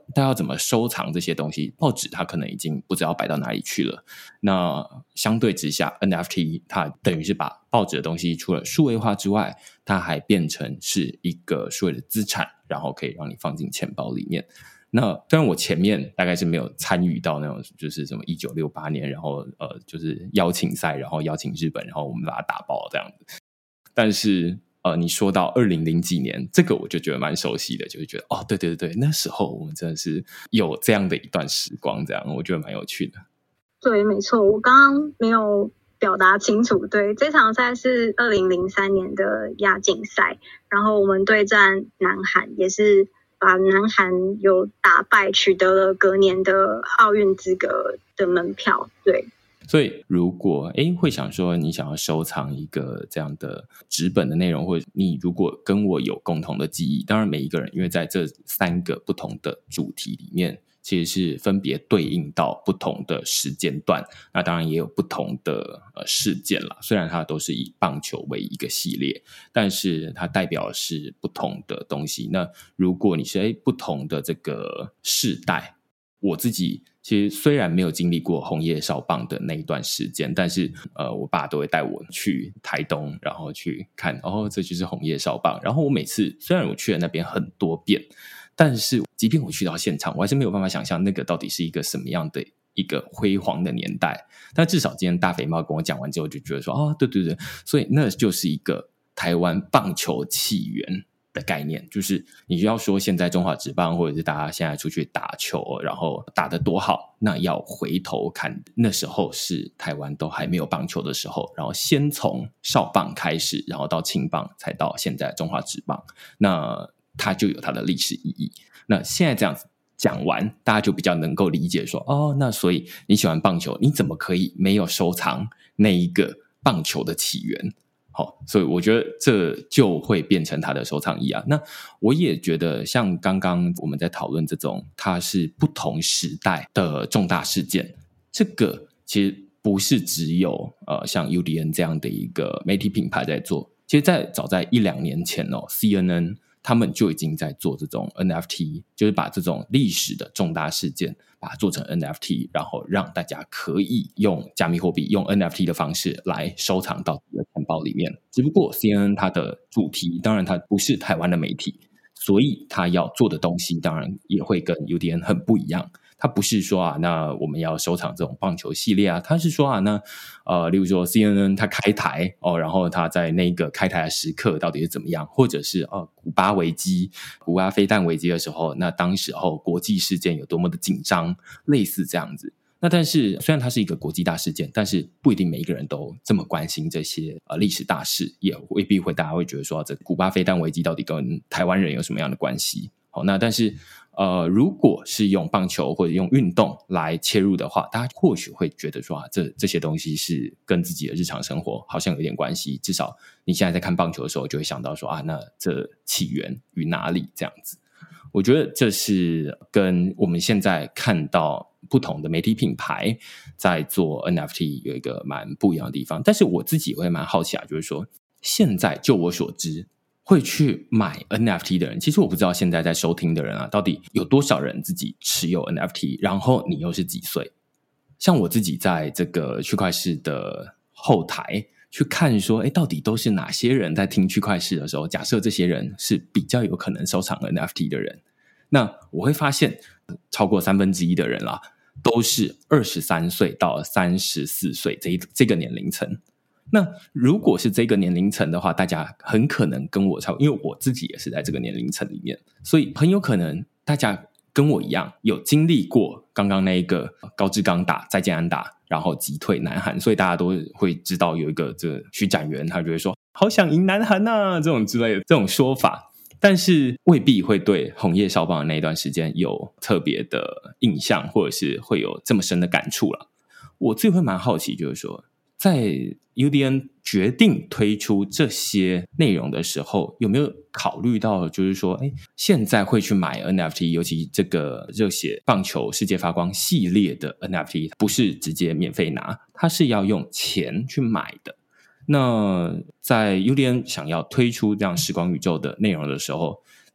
大家要怎么收藏这些东西？报纸它可能已经不知道摆到哪里去了。那相对之下 N F T 它等于是把报纸的东西除了数位化之外，它还变成是一个数位的资产，然后可以让你放进钱包里面。那虽然我前面大概是没有参与到那种就是什么一九六八年然后呃就是邀请赛，然后邀请日本，然后我们把它打爆这样子，但是呃你说到二零零几年这个我就觉得蛮熟悉的，就是觉得哦对对对，那时候我们真的是有这样的一段时光，这样我觉得蛮有趣的。 对，没错，我刚刚没有表达清楚。对，这场赛是二零零三年的亚锦赛，然后我们对战南韩，也是把南韩有打败，取得了隔年的奥运资格的门票。对， 所以如果诶会想说你想要收藏一个这样的纸本的内容，或者你如果跟我有共同的记忆，当然每一个人因为在这三个不同的主题里面其实是分别对应到不同的时间段，那当然也有不同的呃事件啦。虽然它都是以棒球为一个系列，但是它代表的是不同的东西。那如果你是诶不同的这个世代，我自己其实虽然没有经历过红叶少棒的那一段时间，但是呃，我爸都会带我去台东，然后去看，哦，这就是红叶少棒。然后我每次虽然我去了那边很多遍，但是即便我去到现场，我还是没有办法想象那个到底是一个什么样的一个辉煌的年代。但至少今天大肥猫跟我讲完之后，就觉得说啊，对对对，所以那就是一个台湾棒球起源的概念，就是你要说现在中华职棒或者是大家现在出去打球，然后打得多好，那要回头看那时候是台湾都还没有棒球的时候，然后先从少棒开始，然后到青棒，才到现在中华职棒，那它就有它的历史意义。那现在这样子讲完，大家就比较能够理解说，哦，那所以你喜欢棒球，你怎么可以没有收藏那一个棒球的起源？好，所以我觉得这就会变成它的收藏意啊。那我也觉得像刚刚我们在讨论这种它是不同时代的重大事件，这个其实不是只有呃像 U D N 这样的一个媒体品牌在做，其实在早在一两年前哦 C N N 他们就已经在做这种 N F T， 就是把这种历史的重大事件把它做成 N F T， 然后让大家可以用加密货币用 N F T 的方式来收藏到自己的钱包里面。只不过 C N N 它的主题当然它不是台湾的媒体，所以它要做的东西当然也会跟 U D N 很不一样。它不是说啊，那我们要收藏这种棒球系列啊，它是说啊，那呃，例如说 C N N 它开台哦，然后它在那个开台的时刻到底是怎么样，或者是呃古巴危机、古巴飞弹危机的时候，那当时候国际事件有多么的紧张，类似这样子。那但是虽然它是一个国际大事件，但是不一定每一个人都这么关心这些呃历史大事，也未必会大家会觉得说这古巴飞弹危机到底跟台湾人有什么样的关系。好，那但是呃，如果是用棒球或者用运动来切入的话，大家或许会觉得说啊，这这些东西是跟自己的日常生活好像有点关系。至少你现在在看棒球的时候，就会想到说啊，那这起源于哪里？这样子，我觉得这是跟我们现在看到不同的媒体品牌在做 N F T 有一个蛮不一样的地方。但是我自己会蛮好奇啊，就是说现在就我所知，会去买 N F T 的人，其实我不知道现在在收听的人啊，到底有多少人自己持有 N F T， 然后你又是几岁？像我自己在这个区块市的后台去看说，诶，到底都是哪些人在听区块市的时候，假设这些人是比较有可能收藏 N F T 的人，那我会发现超过三分之一的人啦，都是二十三岁到三十四岁这一这个年龄层。那如果是这个年龄层的话，大家很可能跟我差不多，因为我自己也是在这个年龄层里面，所以很有可能大家跟我一样有经历过刚刚那一个高志刚打再见安打然后击退南韩，所以大家都会知道有一个这个徐展元他就会说好想赢南韩啊这种之类的这种说法，但是未必会对红叶少棒的那一段时间有特别的印象，或者是会有这么深的感触啦。我自己会蛮好奇，就是说在 U D N 决定推出这些内容的时候，有没有考虑到就是说诶现在会去买 N F T， 尤其这个热血棒球世界发光系列的 N F T 不是直接免费拿，它是要用钱去买的。那在 U D N 想要推出这样时光宇宙的内容的时候，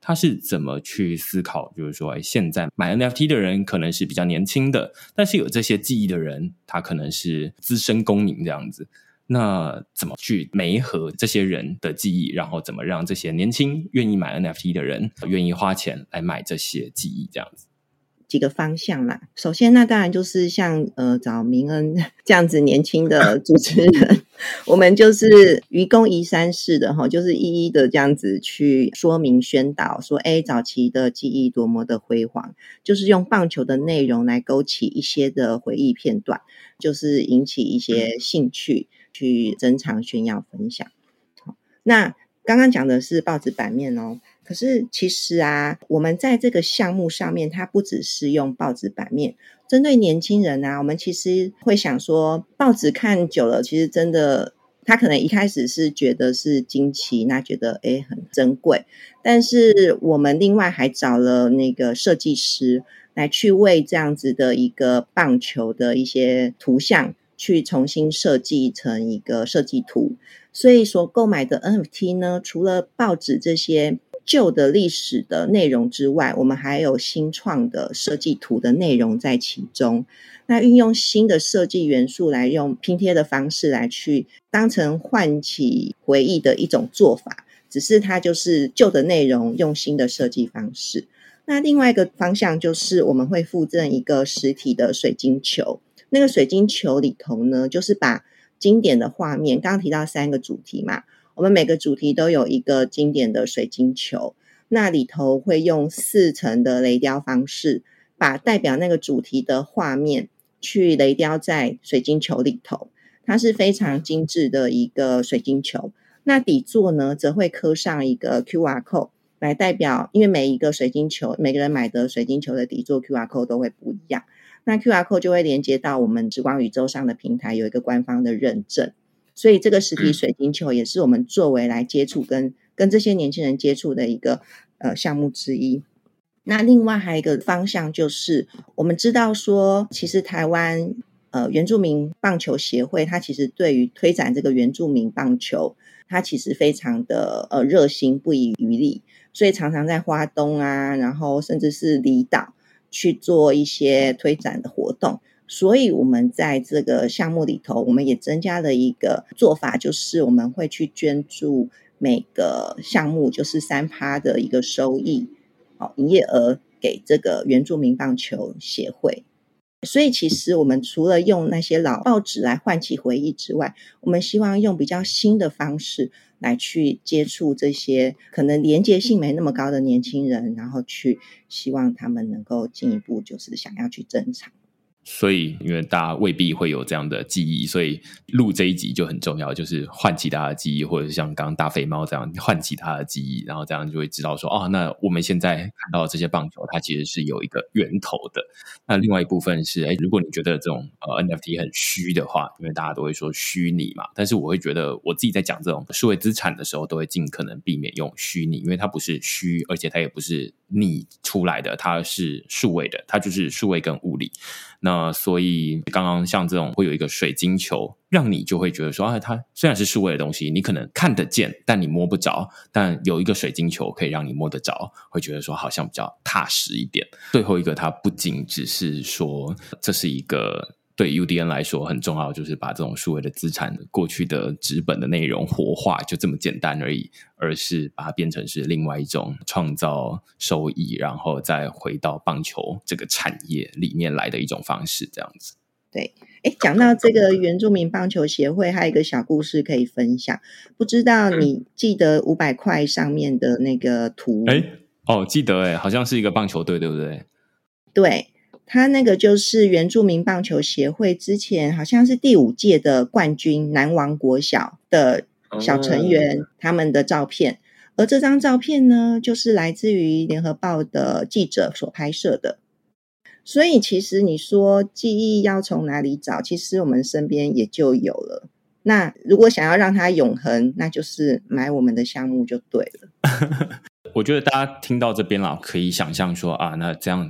他是怎么去思考，就是说现在买 N F T 的人可能是比较年轻的，但是有这些记忆的人他可能是资深公民这样子，那怎么去媒合这些人的记忆，然后怎么让这些年轻愿意买 N F T 的人愿意花钱来买这些记忆这样子？ 几个方向啦。首先那当然就是像呃找明恩这样子年轻的主持人我们就是愚公移山式的齁，就是一一的这样子去说明宣导说诶早期的记忆多么的辉煌，就是用棒球的内容来勾起一些的回忆片段，就是引起一些兴趣去珍藏炫耀分享。那刚刚讲的是报纸版面哦，可是其实啊我们在这个项目上面它不只是用报纸版面，针对年轻人啊，我们其实会想说报纸看久了其实真的他可能一开始是觉得是惊奇，那觉得诶很珍贵，但是我们另外还找了那个设计师来去为这样子的一个棒球的一些图像去重新设计成一个设计图，所以所购买的 N F T 呢，除了报纸这些旧的历史的内容之外，我们还有新创的设计图的内容在其中。那运用新的设计元素来用拼贴的方式来去当成唤起回忆的一种做法，只是它就是旧的内容用新的设计方式。那另外一个方向就是我们会附赠一个实体的水晶球，那个水晶球里头呢，就是把经典的画面，刚刚提到三个主题嘛，我们每个主题都有一个经典的水晶球，那里头会用四层的雷雕方式把代表那个主题的画面去雷雕在水晶球里头，它是非常精致的一个水晶球。那底座呢则会刻上一个 Q R code 来代表，因为每一个水晶球每个人买的水晶球的底座 Q R code 都会不一样，那 Q R code 就会连接到我们直光宇宙上的平台有一个官方的认证，所以这个实体水晶球也是我们作为来接触跟跟这些年轻人接触的一个呃项目之一。那另外还有一个方向就是我们知道说其实台湾呃原住民棒球协会它其实对于推展这个原住民棒球它其实非常的呃热心不遗余力，所以常常在花东啊然后甚至是离岛去做一些推展的活动。所以我们在这个项目里头我们也增加了一个做法，就是我们会去捐助每个项目就是 百分之三 的一个收益营业额给这个原住民棒球协会。所以其实我们除了用那些老报纸来唤起回忆之外，我们希望用比较新的方式来去接触这些可能连结性没那么高的年轻人，然后去希望他们能够进一步就是想要去珍藏。 所以因为大家未必会有这样的记忆，所以录这一集就很重要，就是唤起大家的记忆，或者是像刚刚大肥猫这样唤起他的记忆，然后这样就会知道说哦，那我们现在看到的这些棒球它其实是有一个源头的。那另外一部分是诶如果你觉得这种呃 N F T 很虚的话，因为大家都会说虚拟嘛，但是我会觉得我自己在讲这种数位资产的时候都会尽可能避免用虚拟，因为它不是虚，而且它也不是拟出来的，它是数位的，它就是数位跟物理。那所以刚刚像这种会有一个水晶球，让你就会觉得说啊，它虽然是数位的东西，你可能看得见但你摸不着，但有一个水晶球可以让你摸得着，会觉得说好像比较踏实一点。最后一个它不仅只是说这是一个对 U D N 来说很重要，就是把这种数位的资产过去的纸本的内容活化，就这么简单而已，而是把它变成是另外一种创造收益，然后再回到棒球这个产业里面来的一种方式这样子。 对，诶讲到这个原住民棒球协会还有一个小故事可以分享，不知道你记得五百块上面的那个图？ 诶哦，记得诶好像是一个棒球队对不对？ 对，他那个就是原住民棒球协会之前好像是第五届的冠军南王国小的小成员、哦、他们的照片，而这张照片呢就是来自于联合报的记者所拍摄的。所以其实你说记忆要从哪里找，其实我们身边也就有了，那如果想要让它永恒，那就是买我们的项目就对了。 我觉得大家听到这边啦，可以想象说啊，那这样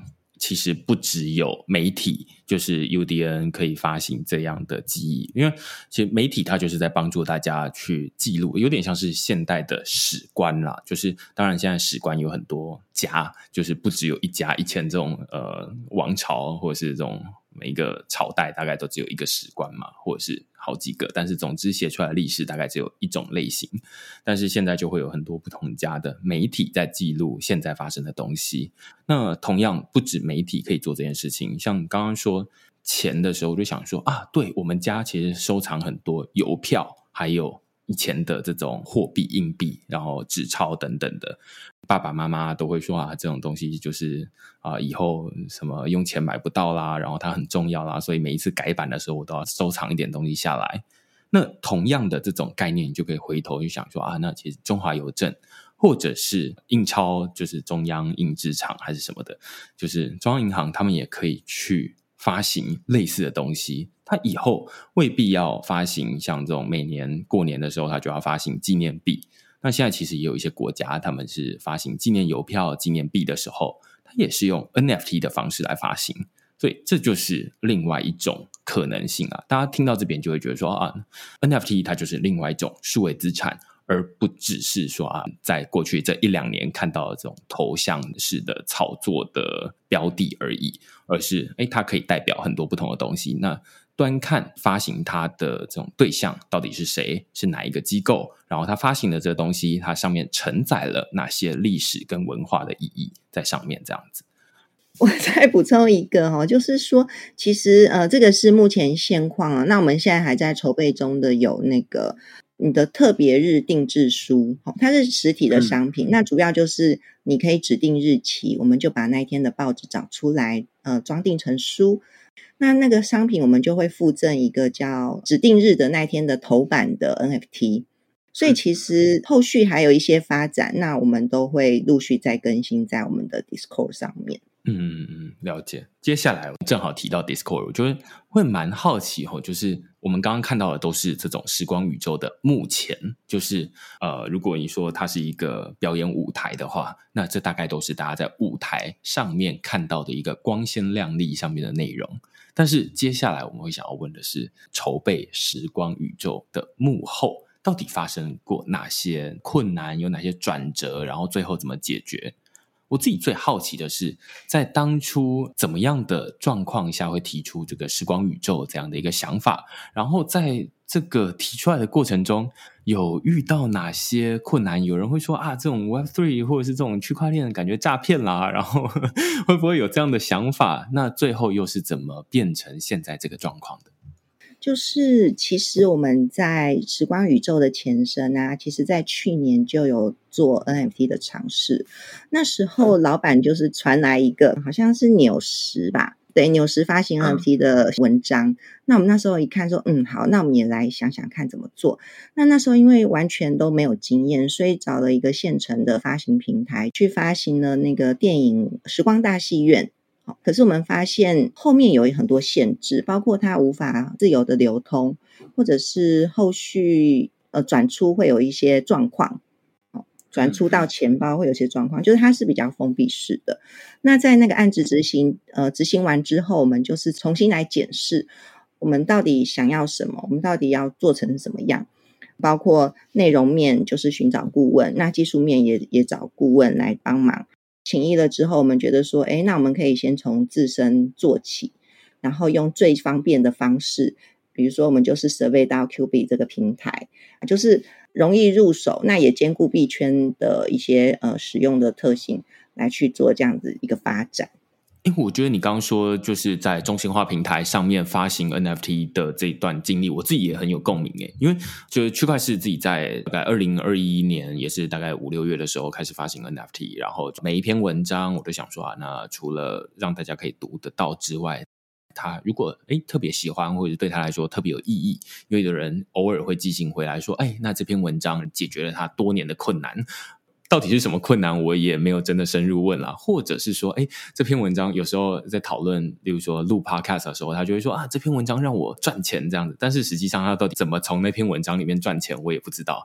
其实不只有媒体，就是 U D N 可以发行这样的记忆，因为其实媒体它就是在帮助大家去记录，有点像是现代的史官啦，就是当然现在史官有很多家，就是不只有一家，以前这种呃王朝或者是这种每一个朝代大概都只有一个史官嘛，或者是好几个，但是总之写出来的历史大概只有一种类型，但是现在就会有很多不同家的媒体在记录现在发生的东西。那同样不止媒体可以做这件事情，像刚刚说钱的时候，我就想说啊，对，我们家其实收藏很多邮票，还有以前的这种货币硬币，然后纸钞等等的。爸爸妈妈都会说啊，这种东西就是啊，以后什么用钱买不到啦，然后它很重要啦，所以每一次改版的时候我都要收藏一点东西下来。那同样的这种概念，你就可以回头去想说啊，那其实中华邮政或者是印钞，就是中央印制厂还是什么的，就是中央银行他们也可以去发行类似的东西。它以后未必要发行像这种每年过年的时候它就要发行纪念币，那现在其实也有一些国家他们是发行纪念邮票纪念币的时候，它也是用 N F T 的方式来发行，所以这就是另外一种可能性啊。大家听到这边就会觉得说啊 N F T 它就是另外一种数位资产，而不只是说啊，在过去这一两年看到的这种头像式的炒作的标的而已，而是诶它可以代表很多不同的东西。那端看发行它的这种对象到底是谁，是哪一个机构，然后它发行的这个东西它上面承载了哪些历史跟文化的意义在上面，这样子。 我再补充一个哈，就是说其实呃这个是目前现况啊，那我们现在还在筹备中的有那个你的特别日定制书，它是实体的商品、嗯、那主要就是你可以指定日期，我们就把那一天的报纸找出来呃装订成书，那那个商品我们就会附赠一个叫指定日的那一天的头版的 N F T， 所以其实后续还有一些发展，那我们都会陆续再更新在我们的 Discord 上面。 嗯嗯，了解。接下来正好提到 Discord， 我觉得会蛮好奇哦，就是我们刚刚看到的都是这种时光宇宙的目前，就是呃，如果你说它是一个表演舞台的话，那这大概都是大家在舞台上面看到的一个光鲜亮丽上面的内容。但是接下来我们会想要问的是，筹备时光宇宙的幕后到底发生过哪些困难，有哪些转折，然后最后怎么解决？我自己最好奇的是，在当初怎么样的状况下会提出这个时光宇宙这样的一个想法，然后在这个提出来的过程中有遇到哪些困难？有人会说啊，这种 Web 三 或者是这种区块链感觉诈骗啦，然后会不会有这样的想法？那最后又是怎么变成现在这个状况的？ 就是其实我们在时光宇宙的前身啊，其实在去年就有做 N F T 的尝试。那时候老板就是传来一个好像是纽时吧，对，纽时发行 N F T 的文章、嗯、那我们那时候一看说嗯好，那我们也来想想看怎么做。那那时候因为完全都没有经验，所以找了一个现成的发行平台去发行了那个电影时光大戏院。可是我们发现后面有很多限制，包括它无法自由的流通，或者是后续呃转出会有一些状况，转出到钱包会有一些状况，就是它是比较封闭式的。那在那个案子执行呃执行完之后，我们就是重新来检视我们到底想要什么，我们到底要做成什么样，包括内容面就是寻找顾问，那技术面也也找顾问来帮忙。请益了之后，我们觉得说，诶，那我们可以先从自身做起，然后用最方便的方式，比如说我们就是 survey 到 Q B 这个平台，就是容易入手，那也兼顾币圈的一些呃使用的特性，来去做这样子一个发展。 因为我觉得你刚刚说就是在中心化平台上面发行 N F T 的这一段经历，我自己也很有共鸣耶。因为就是区块市自己在大概二零二一年也是大概五六月的时候开始发行 N F T， 然后每一篇文章我都想说啊，那除了让大家可以读得到之外，他如果诶特别喜欢或者对他来说特别有意义，因为有人偶尔会寄信回来说，诶那这篇文章解决了他多年的困难，到底是什么困难我也没有真的深入问啦，或者是说诶这篇文章有时候在讨论例如说录 podcast 的时候，他就会说啊这篇文章让我赚钱这样子，但是实际上他到底怎么从那篇文章里面赚钱我也不知道。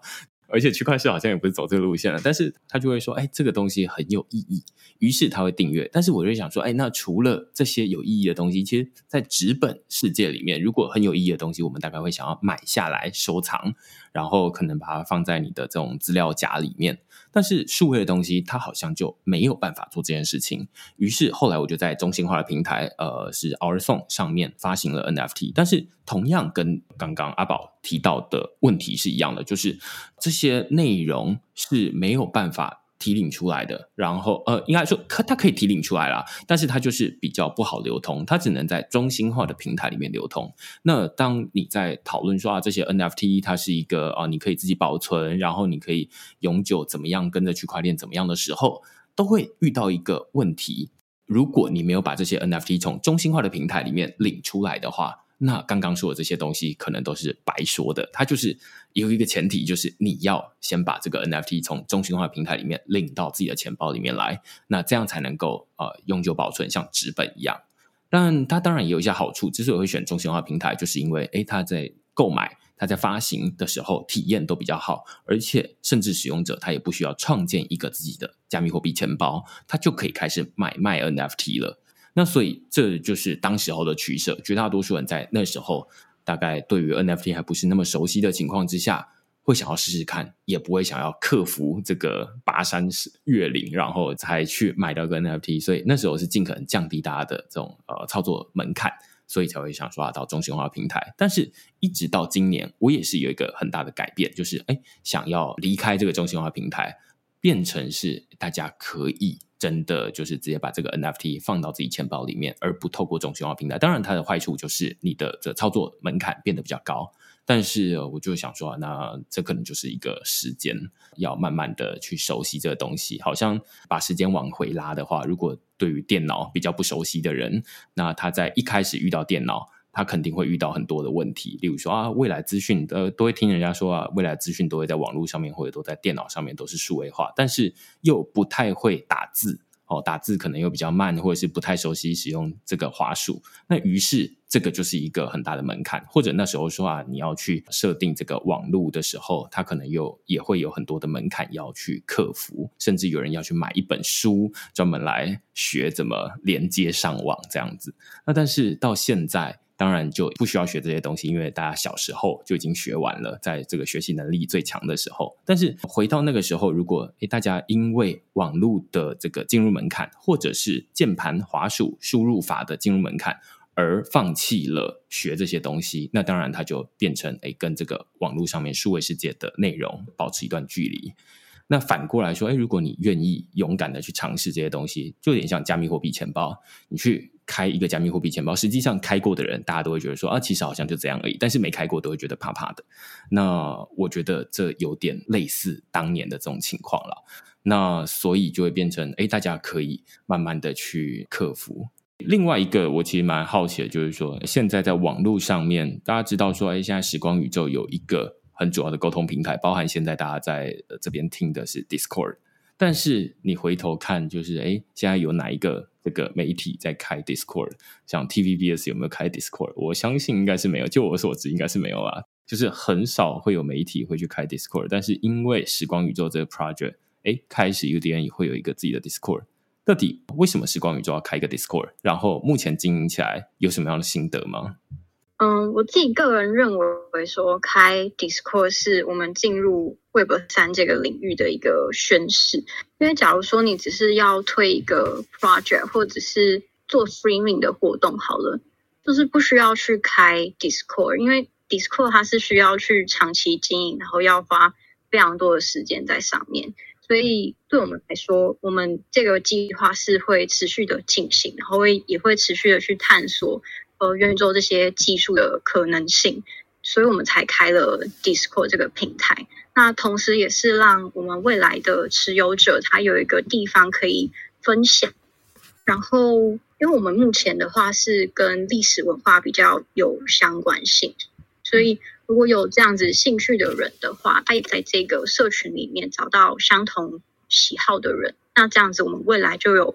而且区块链好像也不是走这个路线了，但是他就会说，哎，这个东西很有意义，于是他会订阅。但是我就想说，哎，那除了这些有意义的东西，其实在纸本世界里面，如果很有意义的东西，我们大概会想要买下来收藏，然后可能把它放在你的这种资料夹里面。但是数位的东西它好像就没有办法做这件事情，于是后来我就在中心化的平台呃，是 OurSong 上面发行了 N F T。 但是同样跟刚刚阿宝提到的问题是一样的，就是这些内容是没有办法提领出来的，然后呃，应该说它可以提领出来啦，但是它就是比较不好流通，它只能在中心化的平台里面流通。那当你在讨论说啊，这些 N F T 它是一个啊，你可以自己保存，然后你可以永久怎么样跟着区块链怎么样的时候，都会遇到一个问题，如果你没有把这些 N F T 从中心化的平台里面领出来的话，那刚刚说的这些东西可能都是白说的。它就是有一个前提，就是你要先把这个 N F T 从中心化平台里面领到自己的钱包里面来，那这样才能够呃永久保存，像纸本一样。但它当然也有一些好处，之所以会选中心化平台，就是因为诶它在购买它在发行的时候体验都比较好，而且甚至使用者他也不需要创建一个自己的加密货币钱包，他就可以开始买卖 N F T 了。那所以这就是当时候的取舍，绝大多数人在那时候大概对于 N F T 还不是那么熟悉的情况之下，会想要试试看，也不会想要克服这个跋山越岭然后才去买到个 N F T。 所以那时候是尽可能降低大家的这种呃操作门槛，所以才会想说到中心化平台。但是一直到今年我也是有一个很大的改变，就是哎，想要离开这个中心化平台，变成是大家可以真的就是直接把这个 N F T 放到自己钱包里面，而不透过中心化平台。当然它的坏处就是你的这操作门槛变得比较高，但是我就想说那这可能就是一个时间，要慢慢的去熟悉这个东西。好像把时间往回拉的话，如果对于电脑比较不熟悉的人，那他在一开始遇到电脑，他肯定会遇到很多的问题，例如说啊，未来资讯呃都会听人家说啊，未来资讯都会在网络上面或者都在电脑上面都是数位化，但是又不太会打字哦，打字可能又比较慢，或者是不太熟悉使用这个滑鼠，那于是这个就是一个很大的门槛。或者那时候说啊，你要去设定这个网路的时候，它可能又也会有很多的门槛要去克服，甚至有人要去买一本书专门来学怎么连接上网这样子。那但是到现在当然就不需要学这些东西，因为大家小时候就已经学完了，在这个学习能力最强的时候。但是回到那个时候，如果诶大家因为网络的这个进入门槛，或者是键盘滑鼠输入法的进入门槛而放弃了学这些东西，那当然它就变成诶跟这个网络上面数位世界的内容保持一段距离。那反过来说，诶如果你愿意勇敢的去尝试这些东西，就有点像加密货币钱包，你去开一个加密货币钱包，实际上开过的人大家都会觉得说啊，其实好像就这样而已，但是没开过都会觉得怕怕的。那我觉得这有点类似当年的这种情况了，那所以就会变成诶大家可以慢慢的去克服。另外一个我其实蛮好奇的，就是说现在在网络上面大家知道说诶现在时光宇宙有一个很主要的沟通平台，包含现在大家在这边听的是 Discord， 但是你回头看就是诶现在有哪一个这个媒体在开 Discord， 像 T V B S 有没有开 Discord？ 我相信应该是没有，就我所知应该是没有啦，就是很少会有媒体会去开 Discord。 但是因为时光宇宙这个 project 诶开始 U D N 也会有一个自己的 Discord， 到底为什么时光宇宙要开一个 Discord？ 然后目前经营起来有什么样的心得吗？ 嗯，我自己个人认为说开 Discord 是我们进入 Web 三 这个领域的一个宣示。因为假如说你只是要推一个 project 或者是做 streaming 的活动好了，就是不需要去开 Discord， 因为 Discord 它是需要去长期经营，然后要花非常多的时间在上面。所以对我们来说，我们这个计划是会持续的进行，然后会也会持续的去探索呃，元宇宙这些技术的可能性，所以我们才开了 Discord 这个平台。那同时也是让我们未来的持有者他有一个地方可以分享。然后因为我们目前的话是跟历史文化比较有相关性，所以如果有这样子兴趣的人的话，他也在这个社群里面找到相同喜好的人，那这样子我们未来就有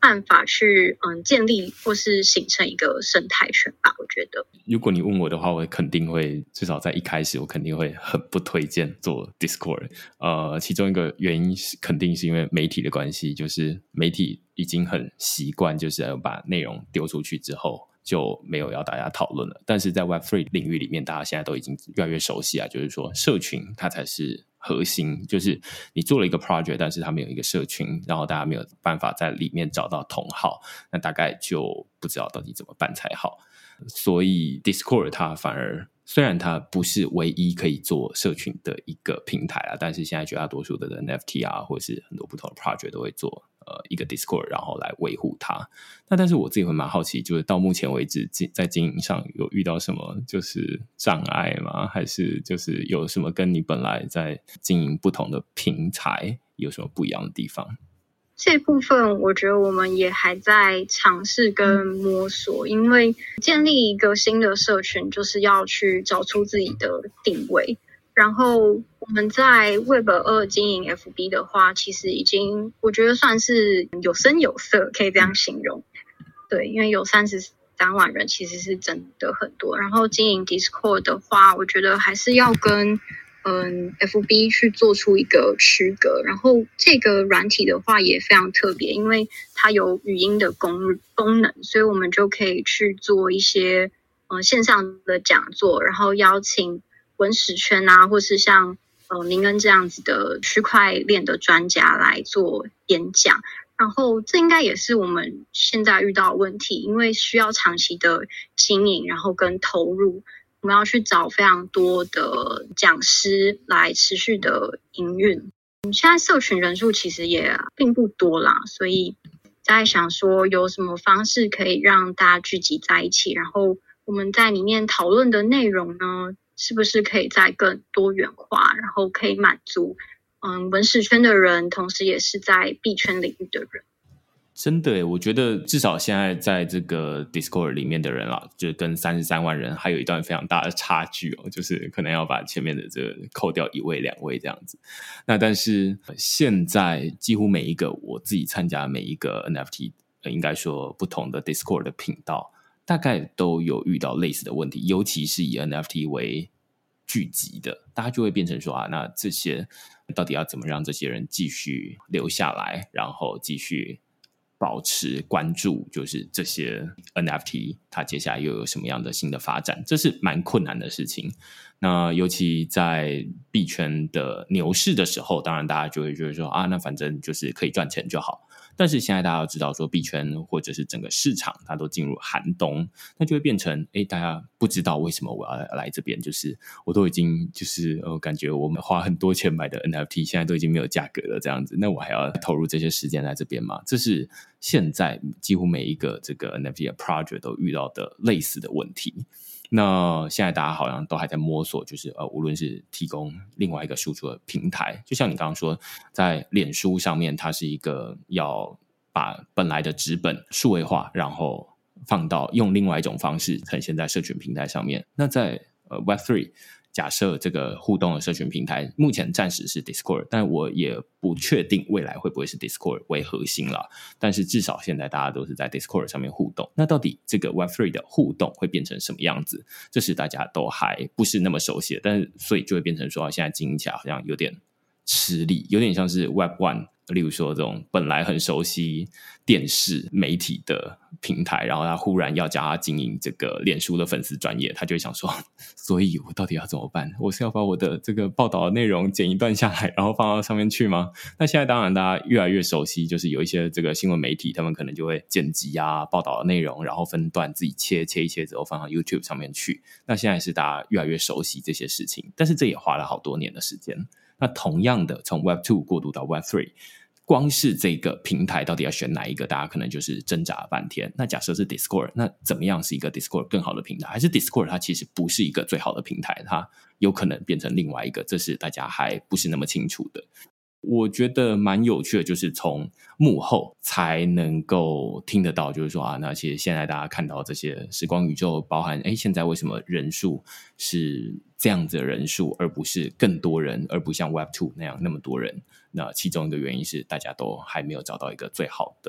办法去嗯建立或是形成一个生态圈吧。我觉得， 如果你问我的话，我肯定会至少在一开始，我肯定会很不推荐做 Discord。呃，其中一个原因是肯定是因为媒体的关系，就是媒体已经很习惯，就是把内容丢出去之后就没有要大家讨论了。但是在 Web 三 领域里面，大家现在都已经越来越熟悉啊，就是说社群它才是核心，就是你做了一个 project， 但是它没有一个社群，然后大家没有办法在里面找到同好，那大概就不知道到底怎么办才好。所以 Discord 它反而虽然它不是唯一可以做社群的一个平台啊，但是现在绝大多数的 N F T 啊，或者是很多不同的 project 都会做呃一个 Discord， 然后来维护它。那但是我自己会蛮好奇，就是到目前为止在经营上有遇到什么就是障碍吗？还是就是有什么跟你本来在经营不同的平台有什么不一样的地方？ 这部分我觉得我们也还在尝试跟摸索，因为建立一个新的社群就是要去找出自己的定位。然后我们在 Web 二 经营 F B 的话，其实已经我觉得算是有声有色，可以这样形容。对，因为有三十三万人其实是真的很多。然后经营 Discord 的话，我觉得还是要跟嗯 F B 去做出一个区隔。然后这个软体的话也非常特别，因为它有语音的功功能，所以我们就可以去做一些呃线上的讲座，然后邀请文史圈啊，或是像呃明恩这样子的区块链的专家来做演讲。然后这应该也是我们现在遇到的问题，因为需要长期的经营，然后跟投入，我们要去找非常多的讲师来持续的营运。现在社群人数其实也并不多啦，所以在想说有什么方式可以让大家聚集在一起，然后我们在里面讨论的内容呢，是不是可以再更多元化，然后可以满足嗯，文史圈的人，同时也是在币圈领域的人。 真的耶，我觉得至少现在在这个 Discord 里面的人啦，就跟三十三万人还有一段非常大的差距哦，就是可能要把前面的这个扣掉一位两位这样子。那但是现在几乎每一个我自己参加每一个 N F T，呃、应该说不同的 Discord 的频道，大概都有遇到类似的问题，尤其是以 N F T 为聚集的，大家就会变成说啊，那这些到底要怎么让这些人继续留下来，然后继续保持关注，就是这些 N F T 它接下来又有什么样的新的发展，这是蛮困难的事情。那尤其在币圈的牛市的时候，当然大家就会觉得说啊，那反正就是可以赚钱就好。但是现在大家要知道说币圈或者是整个市场它都进入寒冬，那就会变成诶大家不知道为什么我要来这边，就是我都已经就是呃感觉我们花很多钱买的 N F T 现在都已经没有价格了这样子，那我还要投入这些时间在这边吗？这是现在几乎每一个这个 N F T 的 project 都遇到的类似的问题。那现在大家好像都还在摸索，就是呃，无论是提供另外一个输出的平台，就像你刚刚说，在脸书上面，它是一个要把本来的纸本数位化，然后放到用另外一种方式呈现在社群平台上面。那在呃 Web 三，假设这个互动的社群平台目前暂时是 Discord， 但我也不确定未来会不会是 Discord 为核心啦。但是至少现在大家都是在 Discord 上面互动。那到底这个 Web 三 的互动会变成什么样子？这是大家都还不是那么熟悉的，但是所以就会变成说，现在经营起来好像有点吃力，有点像是 Web 一。例如说这种本来很熟悉电视媒体的平台，然后他忽然要叫他经营这个脸书的粉丝专页，他就会想说，所以我到底要怎么办？我是要把我的这个报道的内容剪一段下来，然后放到上面去吗？那现在当然大家越来越熟悉，就是有一些这个新闻媒体，他们可能就会剪辑啊报道的内容，然后分段自己切切一切之后放到 YouTube 上面去。那现在是大家越来越熟悉这些事情，但是这也花了好多年的时间。那同样的，从 Web 二 过渡到 Web 三，光是这个平台到底要选哪一个，大家可能就是挣扎了半天。那假设是 Discord， 那怎么样是一个 Discord 更好的平台？还是 Discord 它其实不是一个最好的平台，它有可能变成另外一个，这是大家还不是那么清楚的。我觉得蛮有趣的，就是从幕后才能够听得到，就是说啊，那其实现在大家看到这些时光宇宙，包含诶现在为什么人数是这样子的人数，而不是更多人，而不像 Web 二 那样那么多人。那其中一个原因是大家都还没有找到一个最好的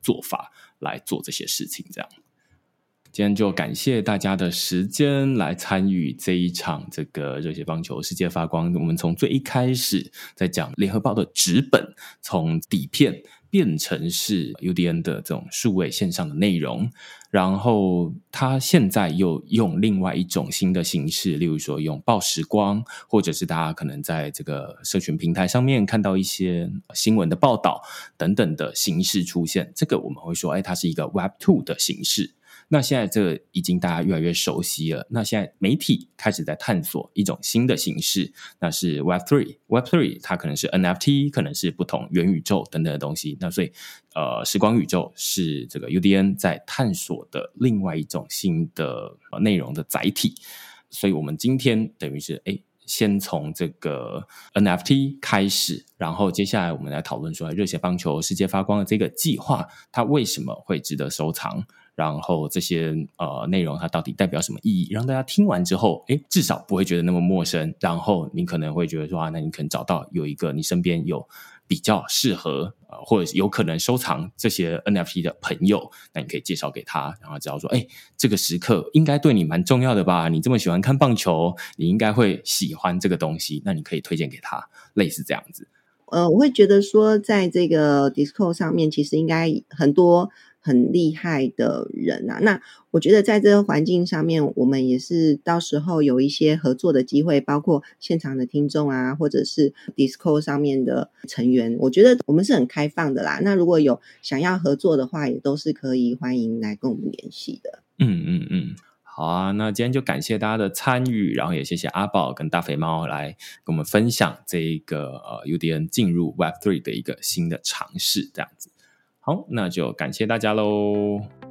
做法来做这些事情这样。今天就感谢大家的时间来参与这一场这个热血棒球世界发光。我们从最一开始在讲联合报的纸本，从底片变成是 U D N 的这种数位线上的内容，然后它现在又用另外一种新的形式，例如说用报时光，或者是大家可能在这个社群平台上面看到一些新闻的报道等等的形式出现。这个我们会说，哎，它是一个 Web 二 的形式。那现在这个已经大家越来越熟悉了，那现在媒体开始在探索一种新的形式，那是 Web 三 Web 三 它可能是 N F T， 可能是不同元宇宙等等的东西。那所以呃，时光宇宙是这个 U D N 在探索的另外一种新的内容的载体。所以我们今天等于是诶先从这个 N F T 开始，然后接下来我们来讨论说热血棒球世界发光的这个计划，它为什么会值得收藏，然后这些呃内容它到底代表什么意义，让大家听完之后诶至少不会觉得那么陌生，然后你可能会觉得说啊，那你可能找到有一个你身边有比较适合呃或者有可能收藏这些 N F T 的朋友，那你可以介绍给他，然后知道说诶这个时刻应该对你蛮重要的吧，你这么喜欢看棒球，你应该会喜欢这个东西，那你可以推荐给他，类似这样子。 呃，我会觉得说在这个 Discord 上面其实应该很多很厉害的人啊，那我觉得在这个环境上面我们也是到时候有一些合作的机会，包括现场的听众啊，或者是 Discord 上面的成员，我觉得我们是很开放的啦，那如果有想要合作的话也都是可以欢迎来跟我们联系的。 嗯嗯嗯，好啊，那今天就感谢大家的参与，然后也谢谢阿宝跟大肥猫来跟我们分享这一个呃 U D N 进入 Web 三 的一个新的尝试这样子。好，那就感谢大家咯。